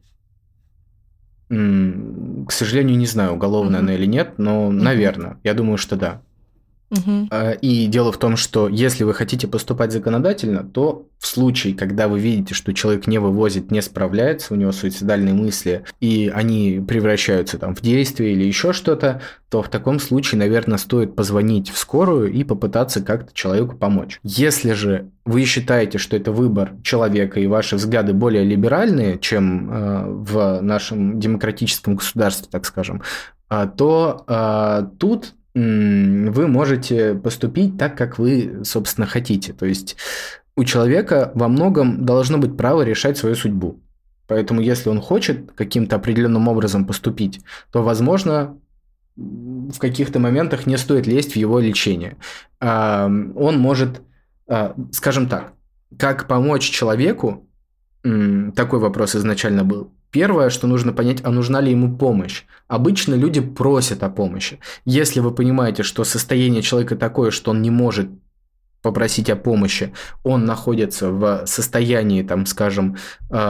К сожалению, не знаю, уголовная она или нет, но, наверное, я думаю, что да. И дело в том, что если вы хотите поступать законодательно, то в случае, когда вы видите, что человек не вывозит, не справляется, у него суицидальные мысли, и они превращаются в действие или еще что-то, то в таком случае, наверное, стоит позвонить в скорую и попытаться как-то человеку помочь. Если же вы считаете, что это выбор человека и ваши взгляды более либеральные, чем в нашем демократическом государстве, так скажем, то тут вы можете поступить так, как вы, собственно, хотите. То есть у человека во многом должно быть право решать свою судьбу. Поэтому если он хочет каким-то определенным образом поступить, то, возможно, в каких-то моментах не стоит лезть в его лечение. Он может, скажем так, как помочь человеку, такой вопрос изначально был. Первое, что нужно понять, а нужна ли ему помощь. Обычно люди просят о помощи. Если вы понимаете, что состояние человека такое, что он не может попросить о помощи, он находится в состоянии, там, скажем,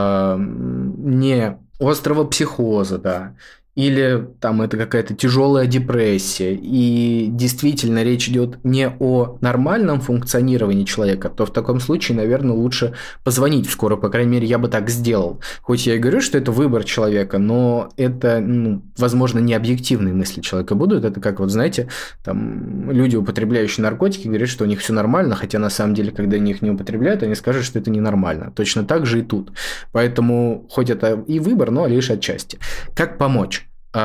не острого психоза, да, или там это какая-то тяжелая депрессия, и действительно речь идет не о нормальном функционировании человека, то в таком случае, наверное, лучше позвонить в скорую, по крайней мере, я бы так сделал. Хоть я и говорю, что это выбор человека, но это, возможно, не объективные мысли человека будут. Это как, вот знаете, там люди, употребляющие наркотики, говорят, что у них все нормально, хотя на самом деле, когда они их не употребляют, они скажут, что это ненормально. Точно так же и тут. Поэтому, хоть это и выбор, но лишь отчасти. Как помочь?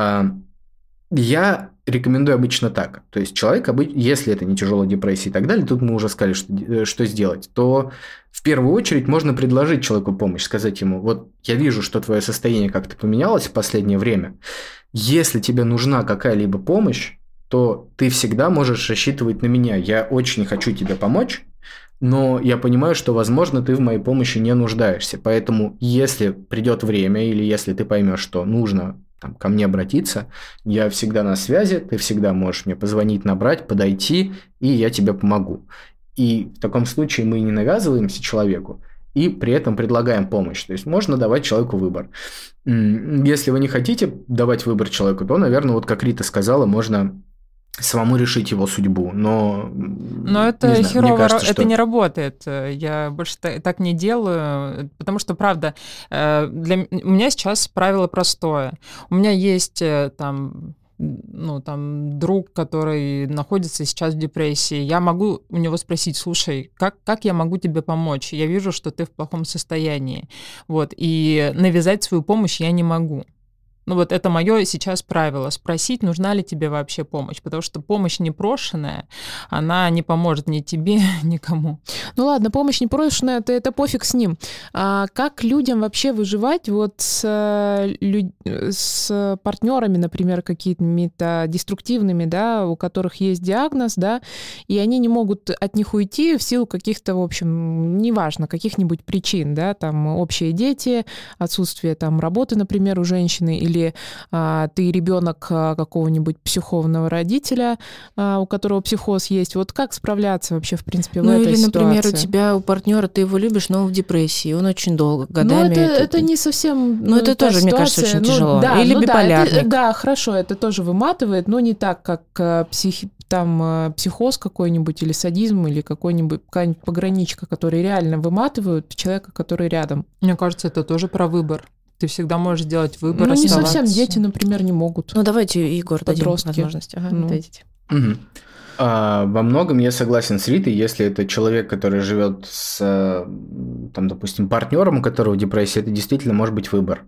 Я рекомендую обычно так. То есть человек, если это не тяжелая депрессия и так далее, тут мы уже сказали, что сделать, то в первую очередь можно предложить человеку помощь, сказать ему, вот я вижу, что твое состояние как-то поменялось в последнее время. Если тебе нужна какая-либо помощь, то ты всегда можешь рассчитывать на меня. Я очень хочу тебе помочь, но я понимаю, что, возможно, ты в моей помощи не нуждаешься. Поэтому, если придет время или если ты поймешь, что нужно ко мне обратиться, я всегда на связи, ты всегда можешь мне позвонить, набрать, подойти, и я тебе помогу. И в таком случае мы не навязываемся человеку, и при этом предлагаем помощь. То есть можно давать человеку выбор. Если вы не хотите давать выбор человеку, то, наверное, вот как Рита сказала, можно самому решить его судьбу, но
это
не знаю,
херово,
мне кажется,
это
что...
не работает. Я больше так не делаю, потому что, правда, у меня сейчас правило простое. У меня есть друг, который находится сейчас в депрессии. Я могу у него спросить, слушай, как я могу тебе помочь? Я вижу, что ты в плохом состоянии. Вот, и навязать свою помощь я не могу. Вот это мое сейчас правило. Спросить, нужна ли тебе вообще помощь. Потому что помощь непрошенная, она не поможет ни тебе, никому.
Ну ладно, помощь непрошенная, это пофиг с ним. А как людям вообще выживать вот с партнерами, например, какими-то деструктивными, да, у которых есть диагноз, да, и они не могут от них уйти в силу каких-то, в общем, неважно, каких-нибудь причин, да, там общие дети, отсутствие там работы, например, у женщины, или ты ребенок какого-нибудь психованного родителя, у которого психоз есть. Вот как справляться вообще, в принципе, в этой ситуации?
Или, например, у партнера ты его любишь, но он в депрессии, он очень долго, годами...
это не совсем...
это тоже,
ситуация.
Мне кажется, очень тяжело.
Да,
или биполярник.
Да, хорошо, это тоже выматывает, но не так, как психоз какой-нибудь, или садизм, или какая-нибудь пограничка, которые реально выматывают человека, который рядом.
Мне кажется, это тоже про выбор. Ты всегда можешь сделать выбор.
Не совсем дети, например, не могут.
Давайте, Егор, дадим
подростки.
Возможность. Дадите.
Угу. Во многом я согласен с Ритой, если это человек, который живет с, допустим, партнером, у которого депрессия, это действительно может быть выбор.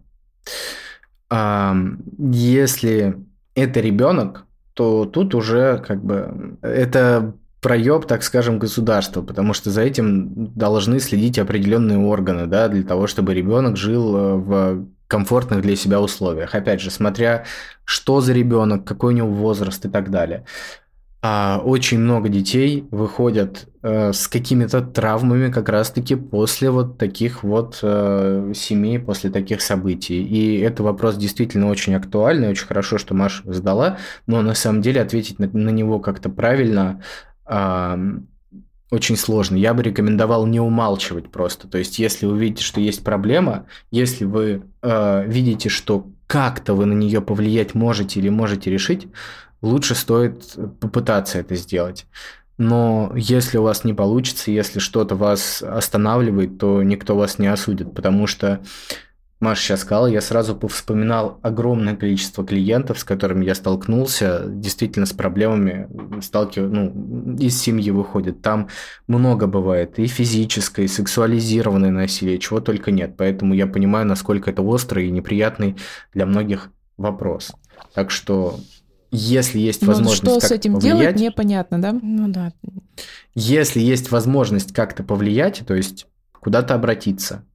Если это ребенок, то тут уже это проеб, так скажем, государства, потому что за этим должны следить определенные органы, да, для того, чтобы ребенок жил в комфортных для себя условиях. Опять же, смотря что за ребенок, какой у него возраст и так далее. Очень много детей выходят с какими-то травмами как раз-таки после вот таких вот семей, после таких событий. И это вопрос действительно очень актуальный, очень хорошо, что Маша задала, но на самом деле ответить на него как-то правильно очень сложно. Я бы рекомендовал не умалчивать просто. То есть, если вы видите, что есть проблема, если вы видите, что как-то вы на нее повлиять можете или можете решить, лучше стоит попытаться это сделать. Но если у вас не получится, если что-то вас останавливает, то никто вас не осудит, потому что Маша сейчас сказала, я сразу вспоминал огромное количество клиентов, с которыми я столкнулся, действительно с проблемами, из семьи выходят. Там много бывает и физическое, и сексуализированное насилие, чего только нет. Поэтому я понимаю, насколько это острый и неприятный для многих вопрос. Так что, если есть возможность
что
как-то
с этим
повлиять,
делать, непонятно, да?
Да.
Если есть возможность как-то повлиять, то есть куда-то обратиться,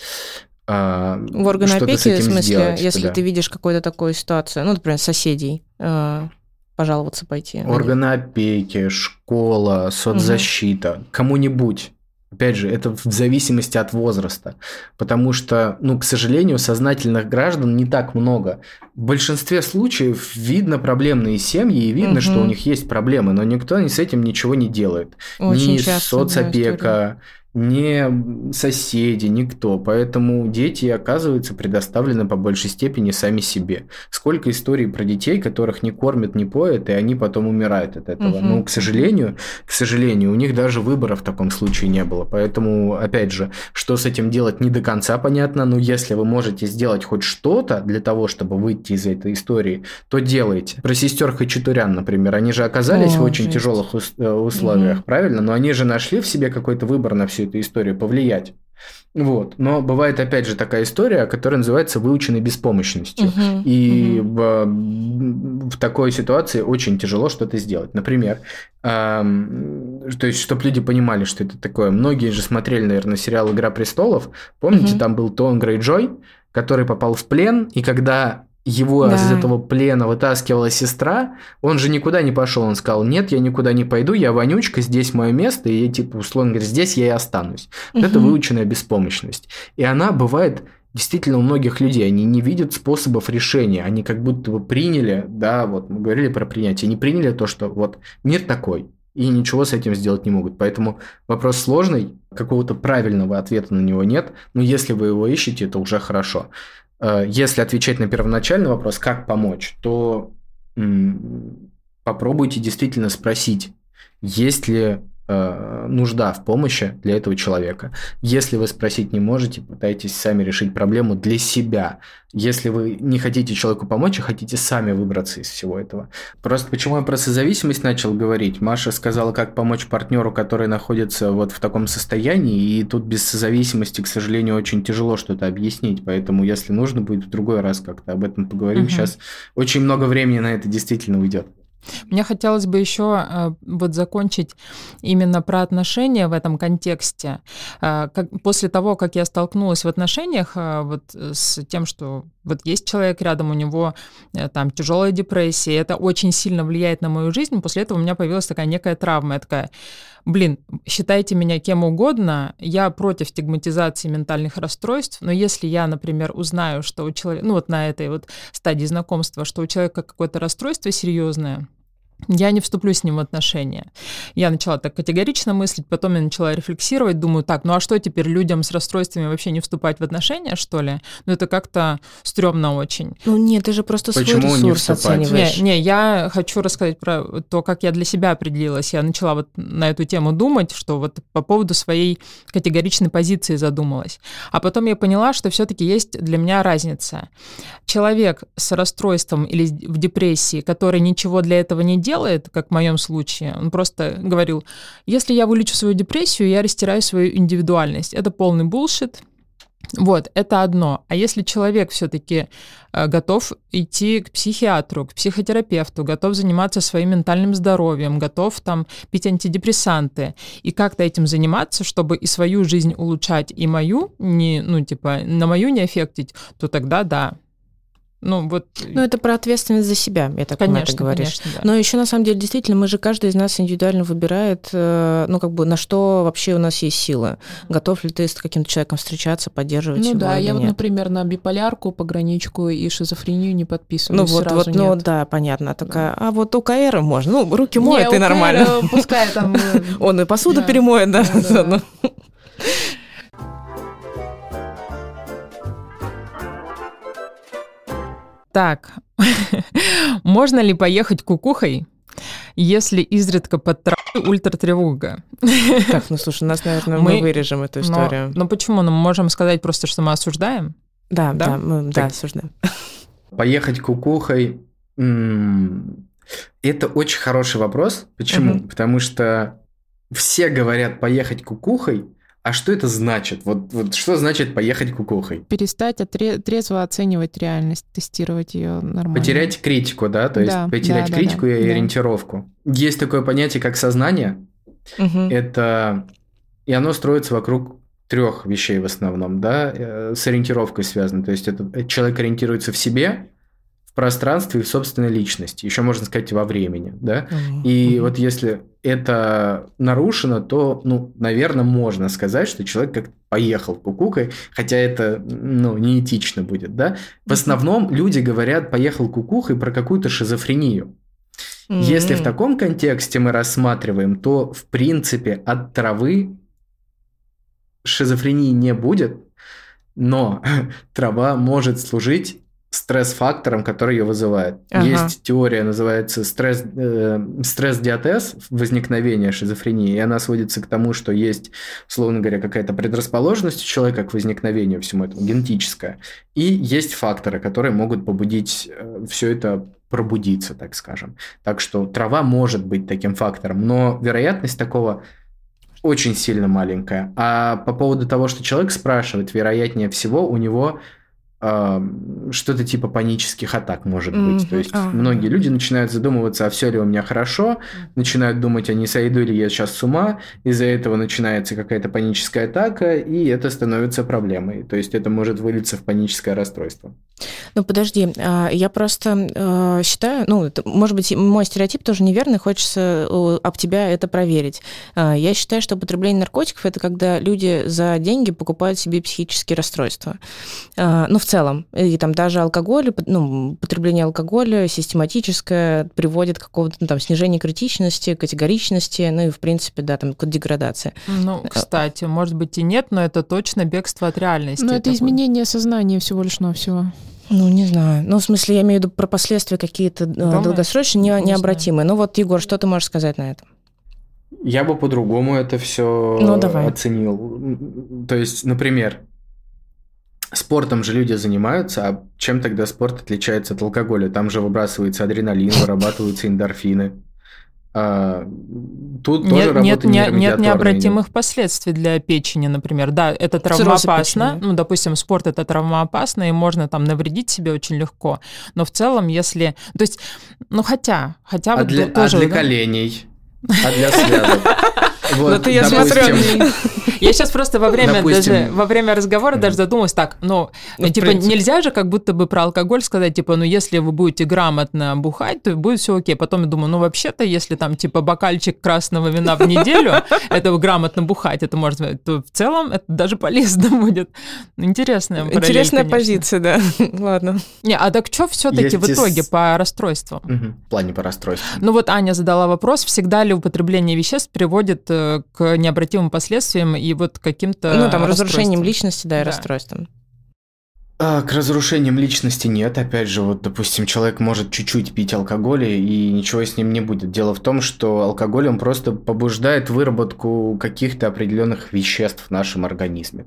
в органы опеки, в смысле, сделать, если ты видишь какую-то такую ситуацию, например, соседей, пожаловаться пойти.
Органы опеки, школа, соцзащита, кому-нибудь Опять же, это в зависимости от возраста, потому что, к сожалению, сознательных граждан не так много. В большинстве случаев видно проблемные семьи, и видно, что у них есть проблемы, но никто с этим ничего не делает.
Очень
ни
часто,
соцопека, ни соседи, никто. Поэтому дети оказываются предоставлены по большей степени сами себе. Сколько историй про детей, которых не кормят, не поят, и они потом умирают от этого. Но, к сожалению, у них даже выбора в таком случае не было. Поэтому, опять же, что с этим делать не до конца понятно, но если вы можете сделать хоть что-то для того, чтобы выйти из этой истории, то делайте. Про сестер Хачатурян, например, они же оказались в очень тяжелых условиях, правильно? Но они же нашли в себе какой-то выбор на всю эту историю, повлиять. Вот. Но бывает, опять же, такая история, которая называется выученной беспомощностью. И в такой ситуации очень тяжело что-то сделать. Например, то есть, чтобы люди понимали, что это такое. Многие же смотрели, наверное, сериал «Игра престолов». Помните, там был Тон Грейджой, который попал в плен, и когда его из этого плена вытаскивала сестра, он же никуда не пошел. Он сказал: нет, я никуда не пойду, я вонючка, здесь мое место, и условно говоря, здесь я и останусь. Вот это выученная беспомощность. И она бывает действительно у многих людей. Они не видят способов решения. Они как будто бы приняли, вот мы говорили про принятие, они приняли то, что вот мир такой, и ничего с этим сделать не могут. Поэтому вопрос сложный, какого-то правильного ответа на него нет, но если вы его ищете, это уже хорошо. Если отвечать на первоначальный вопрос, как помочь, то попробуйте действительно спросить, есть ли нужда в помощи для этого человека. Если вы спросить не можете, пытайтесь сами решить проблему для себя. Если вы не хотите человеку помочь, а хотите сами выбраться из всего этого. Просто почему я про созависимость начал говорить? Маша сказала, как помочь партнеру, который находится вот в таком состоянии, и тут без созависимости, к сожалению, очень тяжело что-то объяснить, поэтому если нужно будет, в другой раз как-то об этом поговорим. Сейчас очень много времени на это действительно уйдет.
Мне хотелось бы еще закончить именно про отношения в этом контексте. После того, как я столкнулась в отношениях с тем, что есть человек рядом, у него там тяжелая депрессия, это очень сильно влияет на мою жизнь, после этого у меня появилась такая некая травма. Я такая: считайте меня кем угодно, я против стигматизации ментальных расстройств, но если я, например, узнаю, что у человека, на этой стадии знакомства, что у человека какое-то расстройство серьезное, я не вступлю с ним в отношения. Я начала так категорично мыслить, потом я начала рефлексировать, думаю, а что теперь людям с расстройствами вообще не вступать в отношения, что ли? Это как-то стрёмно очень.
Нет, ты же просто свой ресурс оцениваешь.
Не, я хочу рассказать про то, как я для себя определилась. Я начала на эту тему думать, что по поводу своей категоричной позиции задумалась. А потом я поняла, что все-таки есть для меня разница. Человек с расстройством или в депрессии, который ничего для этого не делает, как в моем случае, он просто говорил: если я вылечу свою депрессию, я растираю свою индивидуальность. Это полный булшит. Это одно. А если человек все-таки готов идти к психиатру, к психотерапевту, готов заниматься своим ментальным здоровьем, готов пить антидепрессанты и как-то этим заниматься, чтобы и свою жизнь улучшать, и мою, на мою не аффектить, то тогда да.
Это про ответственность за себя, я так понимаю, ты говоришь.
Конечно, да.
Но еще на самом деле, действительно, каждый из нас индивидуально выбирает, на что вообще у нас есть силы. Готов ли ты с каким-то человеком встречаться, поддерживать его или
я
нет?
например, на биполярку, пограничку и шизофрению не подписываюсь сразу.
Да, понятно. Такая, а у КР можно. Руки моет, и нормально.
Пускай там...
Он и посуду перемоет, да.
Так, можно ли поехать кукухой, если изредка под травой ультратревога?
Так, слушай, наверное, мы вырежем эту историю.
Почему? Мы можем сказать просто, что мы осуждаем?
Да, мы осуждаем.
Поехать кукухой – это очень хороший вопрос. Почему? Потому что все говорят поехать кукухой. А что это значит? Что значит поехать кукухой?
Перестать трезво оценивать реальность, тестировать ее нормально.
Потерять критику, да? То есть потерять критику и ориентировку. Есть такое понятие, как сознание. Это... И оно строится вокруг 3 вещей в основном, да? С ориентировкой связано. То есть человек ориентируется в себе, в в пространстве и в собственной личности, еще можно сказать во времени, да, и вот если это нарушено, то, наверное, можно сказать, что человек как-то поехал кукукой, хотя это, неэтично будет, да. В основном люди говорят «поехал кукухой» про какую-то шизофрению. Если в таком контексте мы рассматриваем, то, в принципе, от травы шизофрении не будет, но трава может служить стресс-фактором, который ее вызывает. Есть теория, называется стресс-диатез, возникновение шизофрении, и она сводится к тому, что есть, условно говоря, какая-то предрасположенность у человека к возникновению всему этому, генетическая, и есть факторы, которые могут побудить все это пробудиться, так скажем. Так что трава может быть таким фактором, но вероятность такого очень сильно маленькая. А по поводу того, что человек спрашивает, вероятнее всего у него что-то типа панических атак может быть. То есть многие люди начинают задумываться, а все ли у меня хорошо, начинают думать, а не сойду ли я сейчас с ума, из-за этого начинается какая-то паническая атака, и это становится проблемой. То есть это может вылиться в паническое расстройство.
Подожди, я просто считаю, может быть, мой стереотип тоже неверный, хочется об тебя это проверить. Я считаю, что употребление наркотиков – это когда люди за деньги покупают себе психические расстройства. В целом. И там даже алкоголь, потребление алкоголя систематическое приводит к какому-то снижению критичности, категоричности, и, в принципе, к деградации.
Кстати, может быть и нет, но это точно бегство от реальности.
Но это изменение сознания всего лишь навсего.
Не знаю. В смысле, я имею в виду про последствия какие-то долгосрочные, необратимые. Егор, что ты можешь сказать на это?
Я бы по-другому это все оценил. То есть, например, спортом же люди занимаются, а чем тогда спорт отличается от алкоголя? Там же выбрасывается адреналин, вырабатываются эндорфины. Тут тоже работа нейромедиаторная.
Нет необратимых последствий для печени, например. Да, это травмоопасно. Допустим, спорт – это травмоопасно, и можно там навредить себе очень легко. Но в целом, если... То есть, хотя...
для коленей, а для связок.
Вот, я смотрю.
Я сейчас просто во время разговора даже задумалась так, нельзя же как будто бы про алкоголь сказать, если вы будете грамотно бухать, то будет все окей. Потом я думаю, вообще-то, если там бокальчик красного вина в неделю, это грамотно бухать, это может быть, то в целом это даже полезно будет. Интересная параллель,
интересная позиция, да. Ладно.
Так что все-таки в итоге по расстройствам?
В плане по расстройствам.
Аня задала вопрос, всегда ли употребление веществ приводит к необратимым последствиям и каким-то
разрушением личности, и расстройством.
К разрушениям личности нет. Опять же, допустим, человек может чуть-чуть пить алкоголь, и ничего с ним не будет. Дело в том, что алкоголь, он просто побуждает выработку каких-то определенных веществ в нашем организме.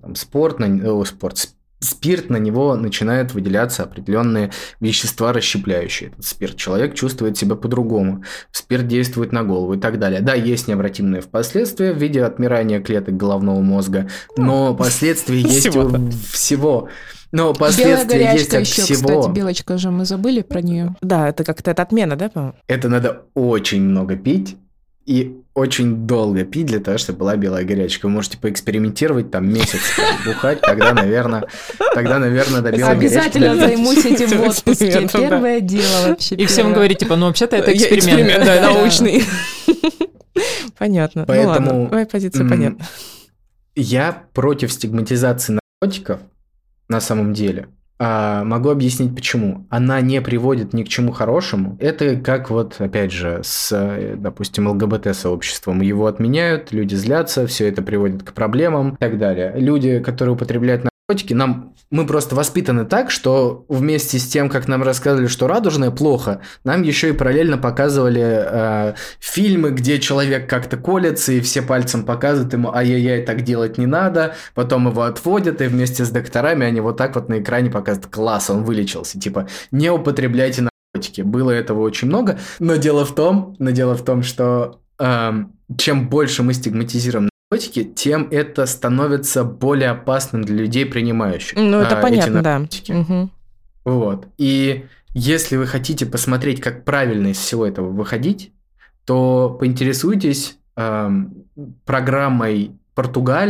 Спирт, на него начинают выделяться определенные вещества, расщепляющие этот спирт. Человек чувствует себя по-другому. Спирт действует на голову и так далее. Да, есть необратимые последствия в виде отмирания клеток головного мозга, но последствия есть всего. Но последствия есть от всего.
Кстати, белочка же, мы забыли про нее.
Да, это как-то отмена, да, по-моему?
Это надо очень много пить. И очень долго пить для того, чтобы была белая горячка. Вы можете поэкспериментировать, месяц бухать, тогда, наверное, до белой горячки.
Обязательно займусь этим в отпуске. Первое дело вообще.
И всем говорить, вообще-то это эксперимент.
Да, научный. Понятно.
Поэтому
твоя позиция понятна.
Я против стигматизации наркотиков на самом деле. Могу объяснить, почему. Она не приводит ни к чему хорошему. Это как опять же, допустим, ЛГБТ-сообществом. Его отменяют, люди злятся, все это приводит к проблемам и так далее. Люди, которые употребляют наркотики, мы просто воспитаны так, что вместе с тем, как нам рассказывали, что радужное плохо, нам еще и параллельно показывали фильмы, где человек как-то колется, и все пальцем показывают ему, ай-яй-яй, так делать не надо, потом его отводят, и вместе с докторами они на экране показывают, класс, он вылечился, не употребляйте наркотики. Было этого очень много, но дело в том, что чем больше мы стигматизируем наркотики, тем это становится более опасным для людей, принимающих
это понятно,
наркотики.
Да.
Вот. И если вы хотите посмотреть, как правильно из всего этого выходить, то поинтересуйтесь программой Португалии,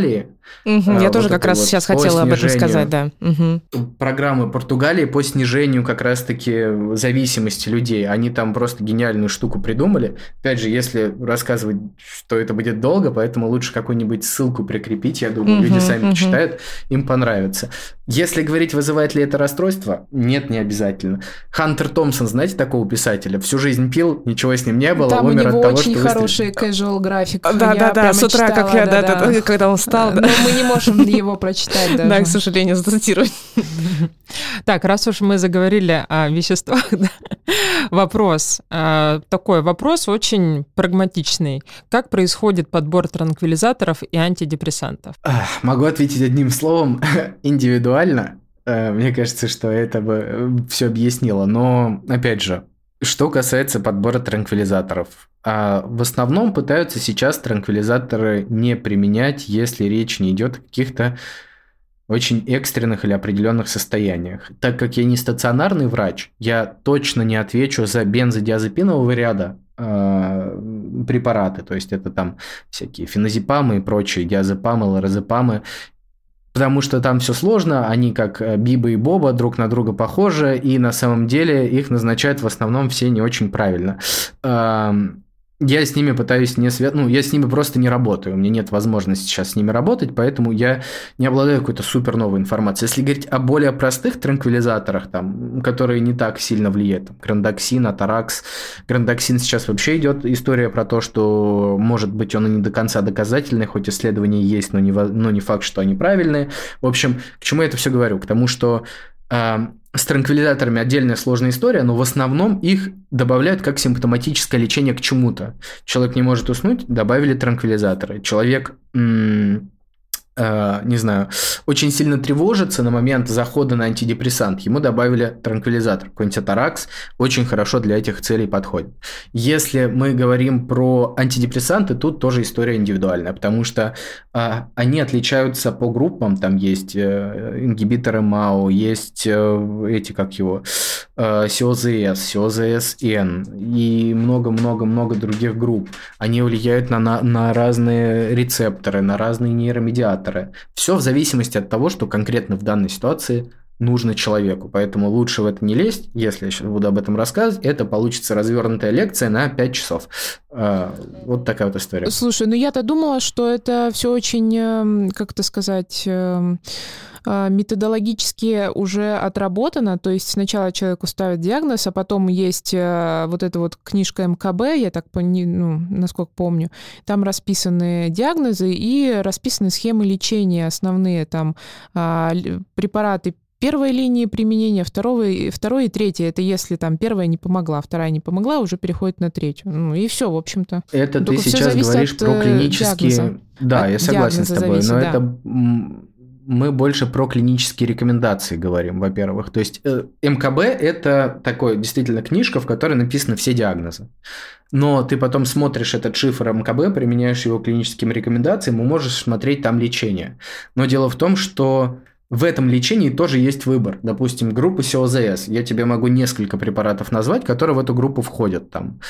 Я тоже как раз сейчас хотела об этом сказать, да.
Программы Португалии по снижению как раз-таки зависимости людей. Они там просто гениальную штуку придумали. Опять же, если рассказывать, что это будет долго, поэтому лучше какую-нибудь ссылку прикрепить, я думаю, люди сами почитают, им понравится. Если говорить, вызывает ли это расстройство, нет, не обязательно. Хантер Томпсон, знаете такого писателя? Всю жизнь пил, ничего с ним не было,
там
умер от того, что...
Там у него очень хороший casual график.
Да, с утра,
читала,
как я, когда он встал.
Но мы не можем его прочитать даже.
Да, к сожалению, зацитировать.
Так, раз уж мы заговорили о веществах, вопрос. Такой вопрос очень прагматичный. Как происходит подбор транквилизаторов и антидепрессантов?
Могу ответить одним словом. Индивидуально. Мне кажется, что это бы все объяснило. Но, опять же, что касается подбора транквилизаторов. В основном пытаются сейчас транквилизаторы не применять, если речь не идет о каких-то очень экстренных или определенных состояниях. Так как я не стационарный врач, я точно не отвечу за бензодиазепинового ряда препараты. То есть это там всякие феназепамы и прочие, диазепамы, лоразепамы. Потому что там все сложно, они как Биба и Боба друг на друга похожи, и на самом деле их назначают в основном все не очень правильно. Я с ними пытаюсь я с ними просто не работаю, у меня нет возможности сейчас с ними работать, поэтому я не обладаю какой-то супер новой информацией. Если говорить о более простых транквилизаторах, там, которые не так сильно влияют, там, грандоксин, атаракс, грандоксин сейчас вообще идет история про то, что, может быть, он и не до конца доказательный, хоть исследования есть, но не факт, что они правильные. В общем, к чему я это все говорю? К тому, что с транквилизаторами отдельная сложная история, но в основном их добавляют как симптоматическое лечение к чему-то. Человек не может уснуть, добавили транквилизаторы. Человек, очень сильно тревожится на момент захода на антидепрессант, ему добавили транквилизатор. Какой-нибудь атаракс очень хорошо для этих целей подходит. Если мы говорим про антидепрессанты, тут тоже история индивидуальная, потому что они отличаются по группам. Там есть ингибиторы МАО, есть СИОЗС, СИОЗСН и много-много-много других групп. Они влияют на разные рецепторы, на разные нейромедиаторы. Все в зависимости от того, что конкретно в данной ситуации нужно человеку. Поэтому лучше в это не лезть. Если я сейчас буду об этом рассказывать, это получится развернутая лекция на 5 часов. Вот такая вот история.
Слушай, я-то думала, что это все очень, методологически уже отработано, то есть сначала человеку ставят диагноз, а потом есть вот эта вот книжка МКБ, я так насколько помню, там расписаны диагнозы и расписаны схемы лечения основные, там препараты первой линии применения, второй и третьей. Это если там первая не помогла, вторая не помогла, уже переходит на третью. И все, в общем-то.
Это ты сейчас говоришь про клинические...
Диагноза.
Да, я согласен с тобой,
зависит,
но
да.
это... Мы больше про клинические рекомендации говорим, во-первых. То есть МКБ – это такое действительно книжка, в которой написаны все диагнозы. Но ты потом смотришь этот шифр МКБ, применяешь его к клиническим рекомендациям, и можешь смотреть там лечение. Но дело в том, что в этом лечении тоже есть выбор. Допустим, группа СИОЗС. Я тебе могу несколько препаратов назвать, которые в эту группу входят. Там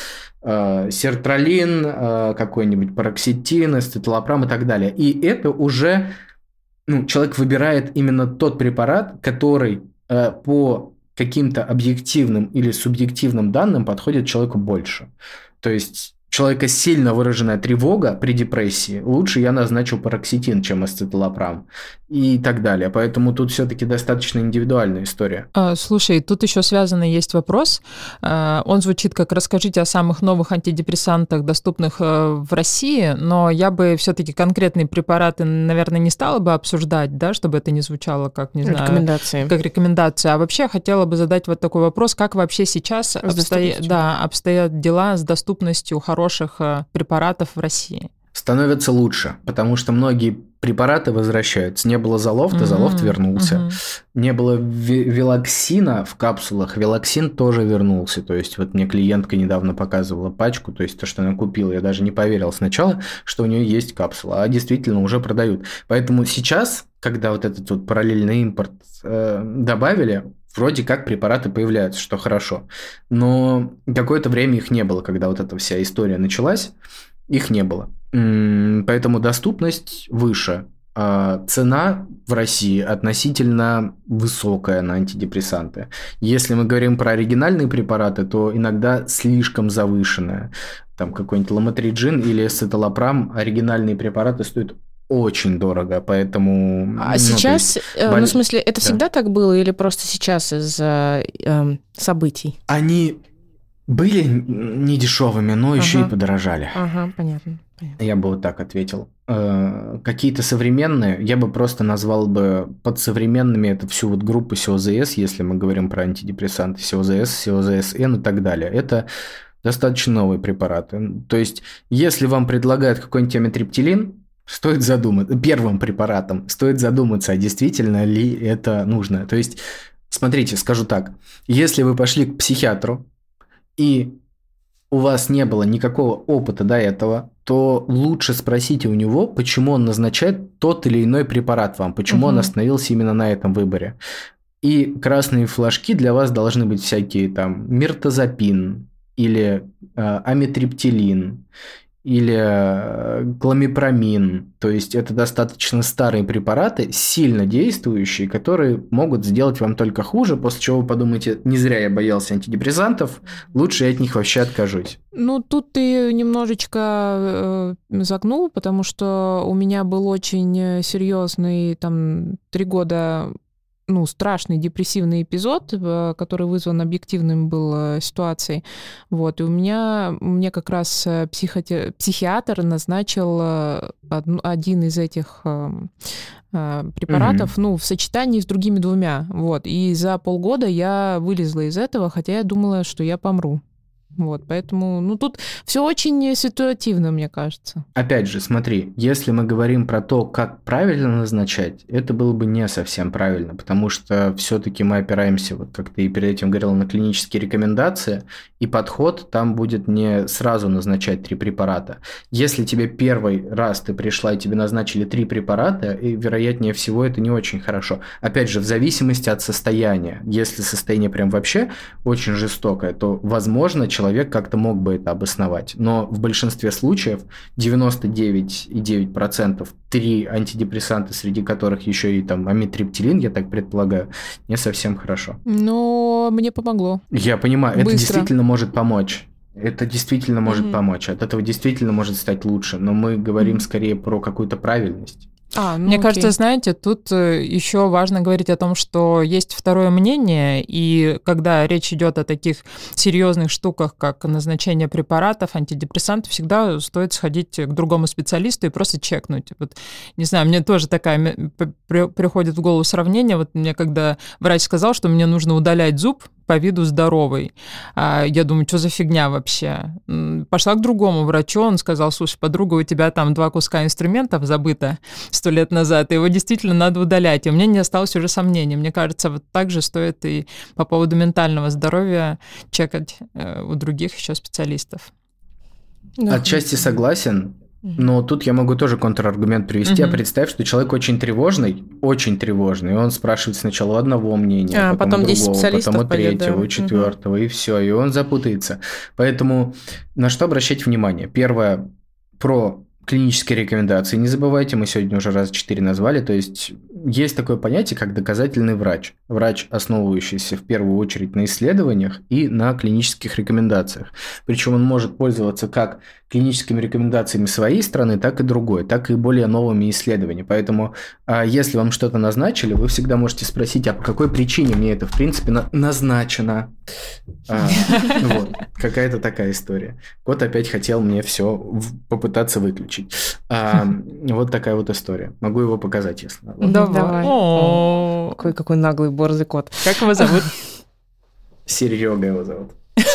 сертралин, какой-нибудь пароксетин, эцетилопрам и так далее. И это уже... человек выбирает именно тот препарат, который по каким-то объективным или субъективным данным подходит человеку больше. То есть у человека сильно выраженная тревога при депрессии, лучше я назначу пароксетин, чем эцетилопрам и так далее. Поэтому тут все-таки достаточно индивидуальная история.
Слушай, тут еще связанный есть вопрос. Он звучит как «расскажите о самых новых антидепрессантах, доступных в России», но я бы все-таки конкретные препараты, наверное, не стала бы обсуждать, да, чтобы это не звучало как, не знаю, как рекомендация. А вообще хотела бы задать вот такой вопрос, как вообще сейчас обстоят дела с доступностью хороших препаратов в России?
Становится лучше, потому что многие препараты возвращаются. Не было Золофта, Золофт вернулся. Не было Велоксина в капсулах, Велоксин тоже вернулся. То есть вот мне клиентка недавно показывала пачку, то есть то, что она купила, я даже не поверил сначала, что у нее есть капсула, а действительно уже продают. Поэтому сейчас, когда вот этот вот параллельный импорт добавили, вроде как препараты появляются, что хорошо. Но какое-то время их не было, когда вот эта вся история началась, их не было. Поэтому доступность выше. цена в России относительно высокая на антидепрессанты. Если мы говорим про оригинальные препараты, то иногда слишком завышенная. Там какой-нибудь ламотриджин или эсцеталопрам, оригинальные препараты стоят очень дорого, поэтому...
Сейчас, в смысле, это всегда так было или просто сейчас из-за событий?
Они были недешевыми, но еще и подорожали.
Ага, понятно.
Я бы вот так ответил. Какие-то современные, я бы просто назвал бы под современными это всю вот группу СИОЗС, если мы говорим про антидепрессанты, СИОЗС, СИОЗСН и так далее. Это достаточно новые препараты. То есть, если вам предлагают какой-нибудь амитриптилин, стоит задуматься, первым препаратом, стоит задуматься, а действительно ли это нужно. То есть, смотрите, скажу так, если вы пошли к психиатру, и у вас не было никакого опыта до этого, то лучше спросите у него, почему он назначает тот или иной препарат вам, почему он остановился именно на этом выборе. И красные флажки для вас должны быть всякие там миртазапин или амитриптилин или кламипромин. То есть это достаточно старые препараты, сильно действующие, которые могут сделать вам только хуже, после чего вы подумаете, не зря я боялся антидепрессантов, лучше я от них вообще откажусь.
Ну, тут ты немножечко загнул, потому что у меня был очень серьезный, там, 3 года... страшный депрессивный эпизод, который вызван объективным был ситуацией. Вот. И мне как раз психиатр назначил один из этих препаратов, в сочетании с другими 2. Вот. И за полгода я вылезла из этого, хотя я думала, что я помру. Вот, поэтому, тут все очень ситуативно, мне кажется.
Опять же, смотри, если мы говорим про то, как правильно назначать, это было бы не совсем правильно, потому что все-таки мы опираемся, вот как ты и перед этим говорил, на клинические рекомендации, и подход там будет не сразу назначать 3 препарата. Если тебе первый раз ты пришла и тебе назначили 3 препарата, и вероятнее всего это не очень хорошо. Опять же, в зависимости от состояния. Если состояние прям вообще очень жестокое, то, возможно, человек как-то мог бы это обосновать. Но в большинстве случаев 99,9% 3 антидепрессанта, среди которых еще и там амитриптилин, я так предполагаю, не совсем хорошо.
Но мне помогло.
Я понимаю, быстро. Это действительно может помочь. Это действительно может помочь. От этого действительно может стать лучше. Но мы говорим скорее про какую-то правильность.
Мне кажется, знаете, тут еще важно говорить о том, что есть второе мнение, и когда речь идет о таких серьезных штуках, как назначение препаратов, антидепрессантов, всегда стоит сходить к другому специалисту и просто чекнуть. Вот, не знаю, мне тоже такая приходит в голову сравнение. Вот мне когда врач сказал, что мне нужно удалять зуб по виду здоровый, я думаю, что за фигня вообще? Пошла к другому врачу, он сказал, слушай, подруга, у тебя там 2 куска инструментов забыто 100 лет назад, и его действительно надо удалять. И у меня не осталось уже сомнений. Мне кажется, вот так же стоит и по поводу ментального здоровья чекать у других еще специалистов.
Отчасти согласен. Но тут я могу тоже контраргумент привести. А представь, что человек очень тревожный, и он спрашивает сначала у одного мнения, потом у другого, потом у третьего, у четвертого, и все, и он запутается. Поэтому на что обращать внимание? Первое, про клинические рекомендации. Не забывайте, мы сегодня уже раз 4 назвали, то есть такое понятие, как доказательный врач. Врач, основывающийся в первую очередь на исследованиях и на клинических рекомендациях. Причем он может пользоваться как клиническими рекомендациями своей страны, так и другой, так и более новыми исследованиями. Поэтому, если вам что-то назначили, вы всегда можете спросить, а по какой причине мне это, в принципе, назначено. Вот, какая-то такая история. Кот опять хотел мне все попытаться выключить. Вот такая вот история. Могу его показать, если надо.
Давай. Какой наглый борзый кот.
Как его зовут?
Серега его зовут.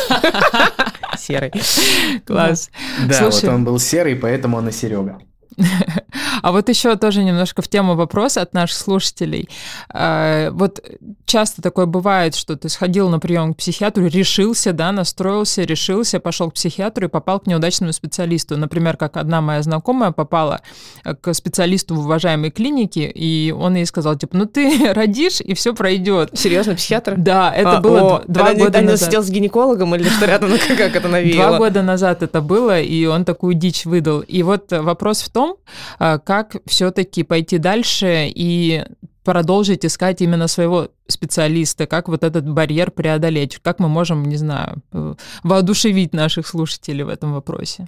Серый.
Класс.
Да, слушай, вот он был серый, поэтому он и Серега.
А вот еще тоже немножко в тему вопроса от наших слушателей. Вот часто такое бывает, что ты сходил на прием к психиатру, решился, да, настроился, решился, пошел к психиатру и попал к неудачному специалисту. Например, как одна моя знакомая попала к специалисту в уважаемой клинике, и он ей сказал, типа, ты родишь, и все пройдет.
Серьезно, психиатр?
Да, это было 2 года назад.
Он сидел с гинекологом или что рядом, как это навеяло?
2 года назад это было, и он такую дичь выдал. И вот вопрос в том, как как все-таки пойти дальше и продолжить искать именно своего специалиста, как вот этот барьер преодолеть, как мы можем, не знаю, воодушевить наших слушателей в этом вопросе.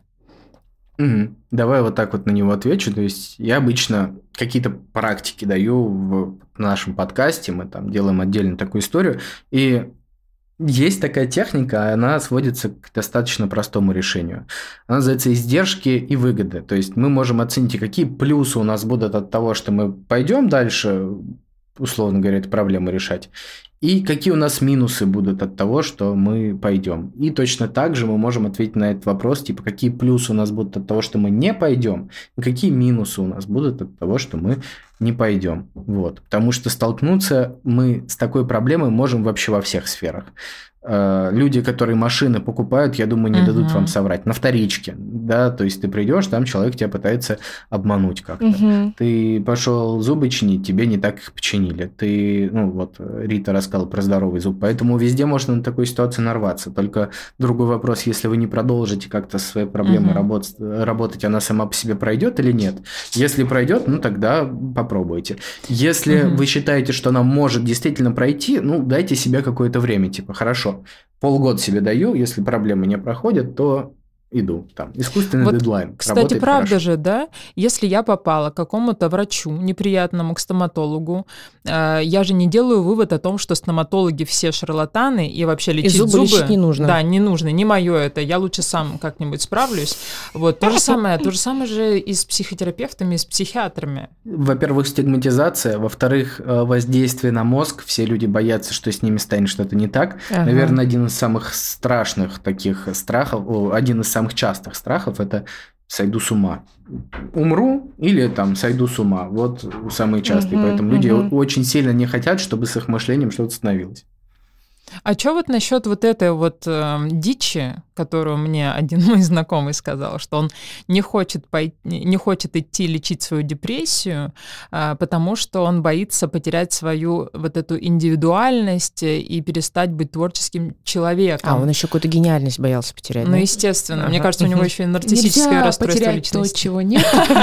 Давай вот так вот на него отвечу. То есть я обычно какие-то практики даю в нашем подкасте, мы там делаем отдельно такую историю, и есть такая техника, она сводится к достаточно простому решению. Она называется издержки и выгоды. То есть мы можем оценить, какие плюсы у нас будут от того, что мы пойдем дальше, условно говоря, эту проблему решать, и какие у нас минусы будут от того, что мы пойдем. И точно так же мы можем ответить на этот вопрос, типа, какие плюсы у нас будут от того, что мы не пойдем, и какие минусы у нас будут от того, что мы не пойдем. Вот. Потому что столкнуться мы с такой проблемой можем вообще во всех сферах. Люди, которые машины покупают, я думаю, не дадут вам соврать. На вторичке, да, то есть ты придешь, там человек тебя пытается обмануть как-то. Ты пошел зубы чинить, тебе не так их починили. Ты, ну вот, Рита рассказала про здоровый зуб, поэтому везде можно на такую ситуацию нарваться. Только другой вопрос, если вы не продолжите как-то со своей проблемой работать, она сама по себе пройдет или нет? Если пройдет, ну тогда попробуйте. Если вы считаете, что она может действительно пройти, ну дайте себе какое-то время, типа, хорошо, полгода себе даю, если проблемы не проходят, то иду. Там, искусственный вот, дедлайн.
Кстати, правда же, да? Если я попала к какому-то врачу неприятному, к стоматологу, я же не делаю вывод о том, что стоматологи все шарлатаны и вообще лечить зубы
лечить не нужно.
Да, не нужно, не мое это. Я лучше сам как-нибудь справлюсь. Вот то же самое же и с психотерапевтами, и с психиатрами.
Во-первых, стигматизация, во-вторых, воздействие на мозг. Все люди боятся, что с ними станет что-то не так. Наверное, один из самых страшных таких страхов, один из самых частых страхов – это сойду с ума. Умру или там сойду с ума. Вот самые частые. Поэтому люди очень сильно не хотят, чтобы с их мышлением что-то становилось.
А что вот насчет вот этой вот дичи, которую мне один мой знакомый сказал, что он не хочет идти лечить свою депрессию, потому что он боится потерять свою вот эту индивидуальность и перестать быть творческим человеком.
А, он еще какую-то гениальность боялся потерять.
Ну, да? Естественно. Мне кажется, у него еще и нарциссическое расстройство личности.
Нельзя потерять то, чего нет.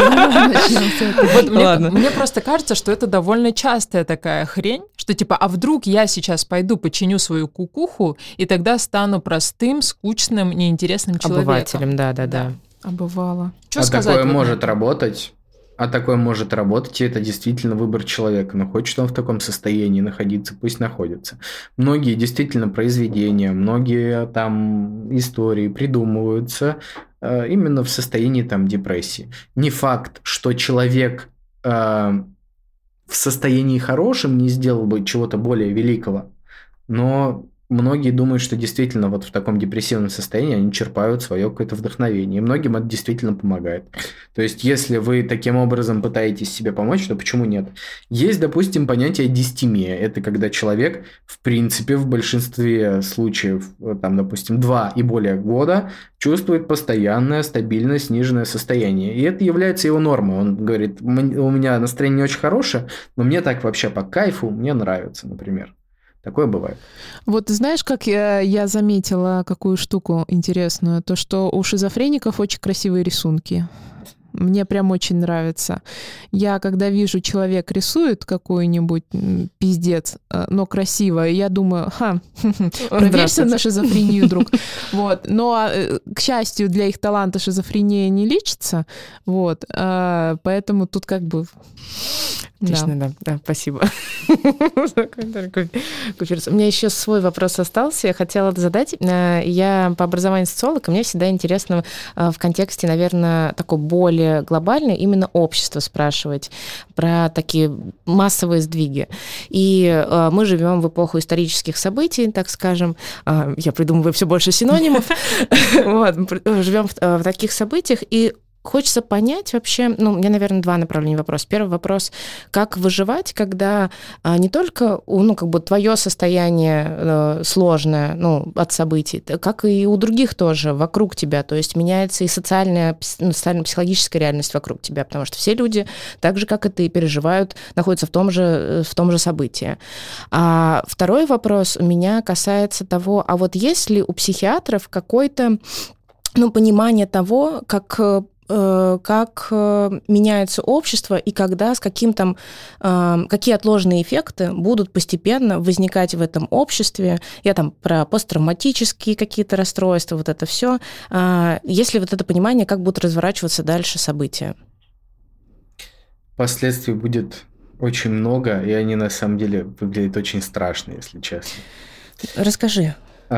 Мне просто кажется, что это довольно частая такая хрень, что типа, а вдруг я сейчас пойду починю свою кукуху, и тогда стану простым, скучным, неинтересным человеком.
Обывателем, да.
А бывало.
Такое может работать. А такое может работать, и это действительно выбор человека. Но хочет он в таком состоянии находиться, пусть находится. Многие действительно произведения, многие там истории придумываются именно в состоянии там депрессии. Не факт, что человек в состоянии хорошем не сделал бы чего-то более великого, но многие думают, что действительно вот в таком депрессивном состоянии они черпают свое какое-то вдохновение. И многим это действительно помогает. То есть, если вы таким образом пытаетесь себе помочь, то почему нет? Есть, допустим, понятие дистемия. Это когда человек, в принципе, в большинстве случаев, там, допустим, 2 и более года чувствует постоянное, стабильное, сниженное состояние. И это является его нормой. Он говорит, у меня настроение не очень хорошее, но мне так вообще по кайфу, мне нравится, например. Такое бывает.
Вот знаешь, как я заметила какую штуку интересную? То, что у шизофреников очень красивые рисунки. Мне прям очень нравится. Я, когда вижу, человек рисует какой-нибудь пиздец, но красиво, я думаю, проверься на шизофрению, друг. Вот. Но, к счастью, для их таланта шизофрения не лечится. Вот. Поэтому тут как бы...
Отлично, да, спасибо. У меня еще свой вопрос остался, я хотела задать. Я по образованию социолог, и мне всегда интересно в контексте, наверное, такой более глобальный, именно общество спрашивать про такие массовые сдвиги. И мы живем в эпоху исторических событий, так скажем. Я придумываю все больше синонимов. Живем в таких событиях, и хочется понять вообще, мне, наверное, 2 направления вопроса. Первый вопрос, как выживать, когда не только, твое состояние сложное, от событий, как и у других тоже вокруг тебя, то есть меняется и социально-психологическая реальность вокруг тебя, потому что все люди, так же, как и ты, переживают, находятся в том же событии. А второй вопрос у меня касается того, а вот есть ли у психиатров какой-то понимание того, как как меняется общество и когда, с каким там, какие отложенные эффекты будут постепенно возникать в этом обществе. Я там про посттравматические какие-то расстройства, вот это все. Есть ли вот это понимание, как будут разворачиваться дальше события?
Последствий будет очень много, и они на самом деле выглядят очень страшно, если честно.
Расскажи.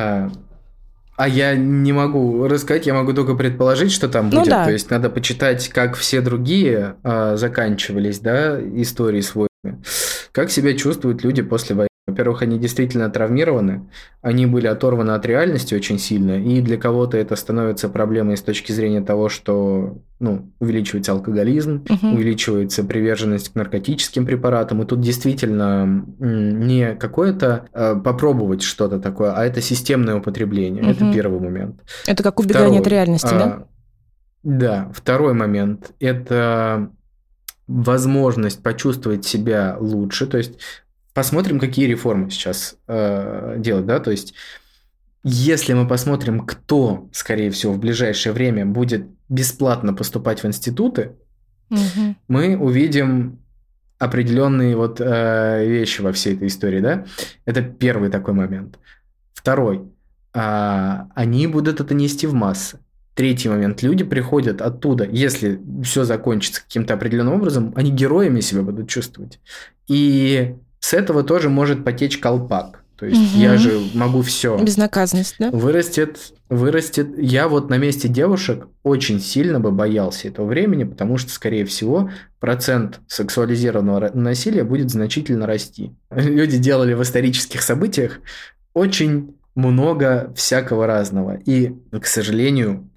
А я не могу рассказать, я могу только предположить, что там будет.
Да.
То есть надо почитать, как все другие заканчивались, да, истории с войнами. Как себя чувствуют люди после войны. Во-первых, они действительно травмированы, они были оторваны от реальности очень сильно, и для кого-то это становится проблемой с точки зрения того, что увеличивается алкоголизм, увеличивается приверженность к наркотическим препаратам, и тут действительно не какое-то попробовать что-то такое, а это системное употребление, это первый момент.
Это как убегание от реальности, да?
Да, второй момент – это возможность почувствовать себя лучше, то есть посмотрим, какие реформы сейчас делать, да, то есть если мы посмотрим, кто, скорее всего, в ближайшее время будет бесплатно поступать в институты, мы увидим определенные вещи во всей этой истории, да, это первый такой момент. Второй, они будут это нести в массы. Третий момент, люди приходят оттуда, если все закончится каким-то определенным образом, они героями себя будут чувствовать, и с этого тоже может потечь колпак. То есть я же могу все.
Безнаказанность, да?
Вырастет. Я на месте девушек очень сильно бы боялся этого времени, потому что, скорее всего, процент сексуализированного насилия будет значительно расти. Люди делали в исторических событиях очень много всякого разного. И, к сожалению,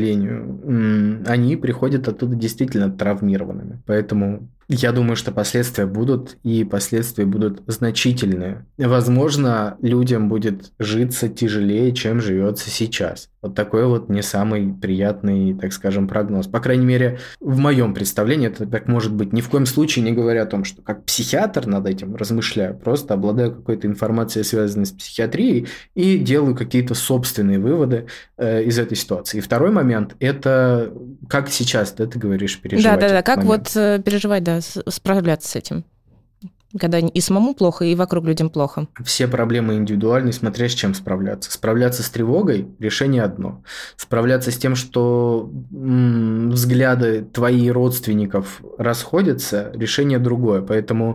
они приходят оттуда действительно травмированными. Поэтому я думаю, что последствия будут, и последствия будут значительные. Возможно, людям будет житься тяжелее, чем живется сейчас. Вот такой не самый приятный, так скажем, прогноз. По крайней мере, в моем представлении это так может быть. Ни в коем случае не говоря о том, что как психиатр над этим размышляю, просто обладаю какой-то информацией, связанной с психиатрией, и делаю какие-то собственные выводы из этой ситуации. И второй момент – это как сейчас, ты говоришь, переживать.
Да, как переживать, да, справляться с этим, когда и самому плохо, и вокруг людям плохо.
Все проблемы индивидуальны, смотря с чем справляться. Справляться с тревогой – решение одно. Справляться с тем, что взгляды твоих родственников расходятся – решение другое. Поэтому,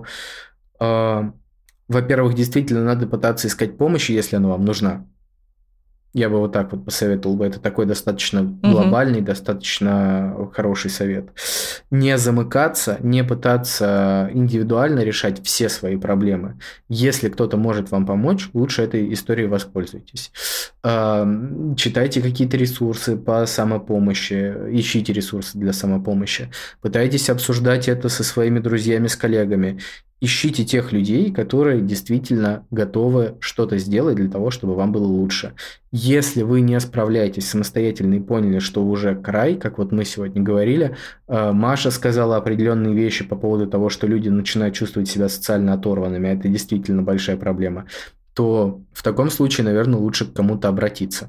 во-первых, действительно надо пытаться искать помощь, если она вам нужна. Я бы так посоветовал бы. Это такой достаточно глобальный, достаточно хороший совет. Не замыкаться, не пытаться индивидуально решать все свои проблемы. Если кто-то может вам помочь, лучше этой историей воспользуйтесь. Читайте какие-то ресурсы по самопомощи, ищите ресурсы для самопомощи. Пытайтесь обсуждать это со своими друзьями, с коллегами. Ищите тех людей, которые действительно готовы что-то сделать для того, чтобы вам было лучше. Если вы не справляетесь самостоятельно и поняли, что уже край, как мы сегодня говорили, Маша сказала определенные вещи по поводу того, что люди начинают чувствовать себя социально оторванными, это действительно большая проблема, то в таком случае, наверное, лучше к кому-то обратиться.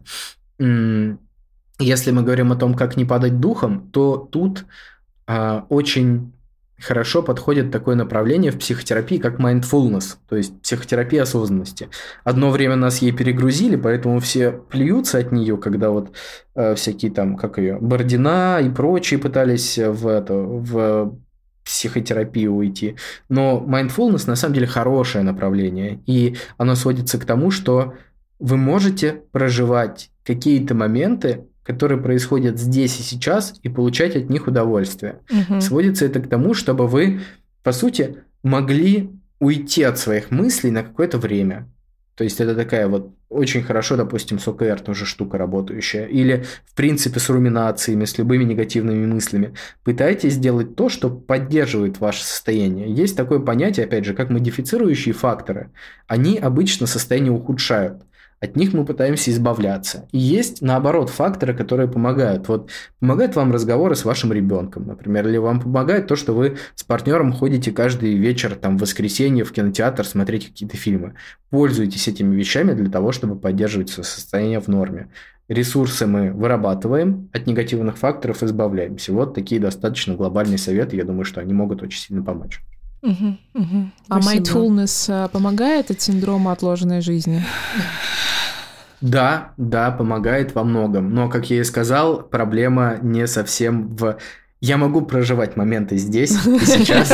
Если мы говорим о том, как не падать духом, то тут очень хорошо подходит такое направление в психотерапии, как mindfulness, то есть психотерапия осознанности. Одно время нас ей перегрузили, поэтому все плюются от нее, когда всякие Бородина и прочие пытались в психотерапию уйти. Но mindfulness на самом деле хорошее направление, и оно сводится к тому, что вы можете проживать какие-то моменты, которые происходят здесь и сейчас, и получать от них удовольствие. Сводится это к тому, чтобы вы, по сути, могли уйти от своих мыслей на какое-то время. То есть это такая очень хорошо, допустим, с ОКР тоже штука работающая. Или, в принципе, с руминациями, с любыми негативными мыслями. Пытайтесь сделать то, что поддерживает ваше состояние. Есть такое понятие, опять же, как модифицирующие факторы. Они обычно состояние ухудшают. От них мы пытаемся избавляться. И есть, наоборот, факторы, которые помогают. Помогает вам разговоры с вашим ребенком, например, или вам помогает то, что вы с партнером ходите каждый вечер, в воскресенье в кинотеатр смотреть какие-то фильмы. Пользуйтесь этими вещами для того, чтобы поддерживать свое состояние в норме. ресурсы мы вырабатываем, от негативных факторов избавляемся. Вот такие достаточно глобальные советы. Я думаю, что они могут очень сильно помочь.
А mindfulness помогает от синдрома отложенной жизни?
Да, помогает во многом. Но, как я и сказал, проблема не совсем в... Я могу проживать моменты здесь и сейчас.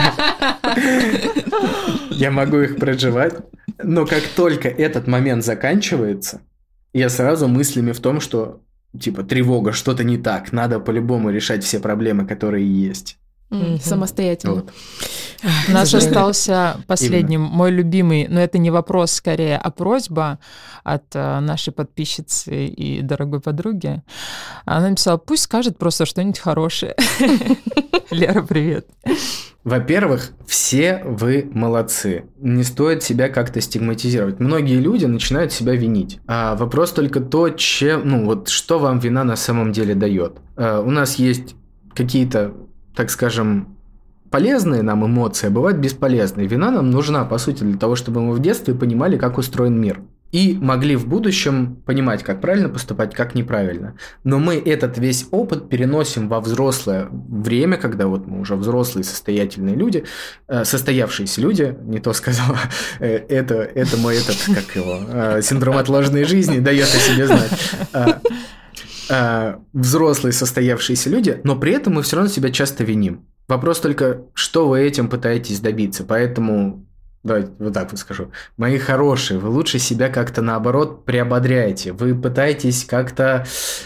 Я могу их проживать. Но как только этот момент заканчивается, я сразу мыслями в том, что, типа, тревога, что-то не так. Надо по-любому решать все проблемы, которые есть.
Самостоятельно.
Вот.
У нас остался последним, мой любимый, но это не вопрос скорее, а просьба от нашей подписчицы и дорогой подруги. Она написала, пусть скажет просто что-нибудь хорошее. Лера, привет.
Во-первых, все вы молодцы. Не стоит себя как-то стигматизировать. Многие люди начинают себя винить. А вопрос только то, что вам вина на самом деле дает. У нас есть какие-то, так скажем, полезные нам эмоции, а бывают бесполезные. Вина нам нужна, по сути, для того, чтобы мы в детстве понимали, как устроен мир. И могли в будущем понимать, как правильно поступать, как неправильно. Но мы этот весь опыт переносим во взрослое время, когда вот мы уже взрослые, состоятельные люди, состоявшиеся люди, не то сказала, это мой синдром отложенной жизни дает о себе знать. Взрослые, состоявшиеся люди, но при этом мы все равно себя часто виним. Вопрос только, что вы этим пытаетесь добиться. Поэтому, давайте вот так вот скажу. Мои хорошие, вы лучше себя как-то наоборот приободряете. Вы пытаетесь как-то...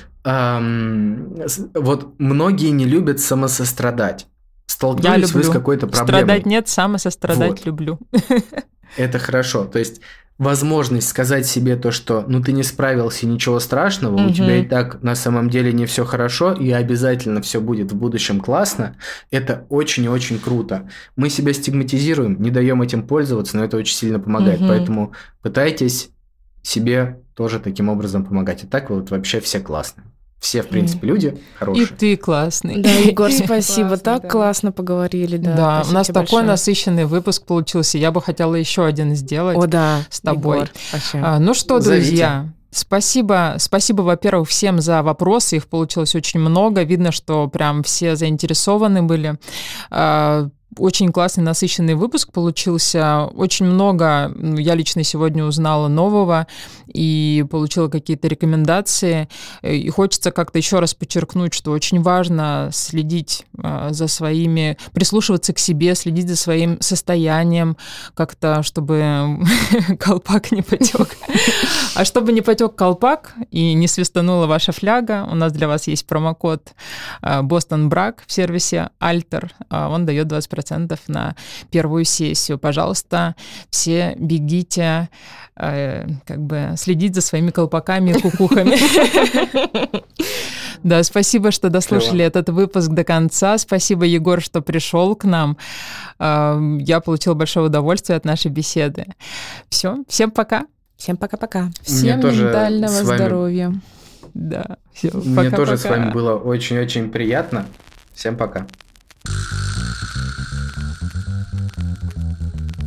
вот многие не любят самосострадать. Столкнулись вы с какой-то проблемой.
Страдать нет, самосострадать люблю.
Это хорошо. То есть возможность сказать себе то, что ты не справился, ничего страшного, у тебя и так на самом деле не все хорошо, и обязательно все будет в будущем классно, это очень и очень круто. Мы себя стигматизируем, не даем этим пользоваться, но это очень сильно помогает. Поэтому пытайтесь себе тоже таким образом помогать. И так вот вообще все классные. Все, в принципе, люди хорошие.
И ты классный.
Да, Егор, спасибо. Так классно поговорили.
Да, у нас такой насыщенный выпуск получился. Я бы хотела еще один сделать с тобой. Ну что, друзья, спасибо, во-первых, всем за вопросы. Их получилось очень много. Видно, что прям все заинтересованы были. Очень классный, насыщенный выпуск получился. Очень много я лично сегодня узнала нового и получила какие-то рекомендации. И хочется как-то еще раз подчеркнуть, что очень важно следить за своими, прислушиваться к себе, следить за своим состоянием, как-то, чтобы колпак не потек. А чтобы не потек колпак и не свистанула ваша фляга, у нас для вас есть промокод Boston Brag в сервисе Alter. Он дает 20% на первую сессию. Пожалуйста, все бегите, следить за своими колпаками и кукухами. Да, спасибо, что дослушали этот выпуск до конца. Спасибо, Егор, что пришел к нам. Я получила большое удовольствие от нашей беседы. Все, всем пока.
Всем пока-пока.
Всем ментального здоровья.
Да, все,
Мне тоже с вами было очень-очень приятно. Всем пока.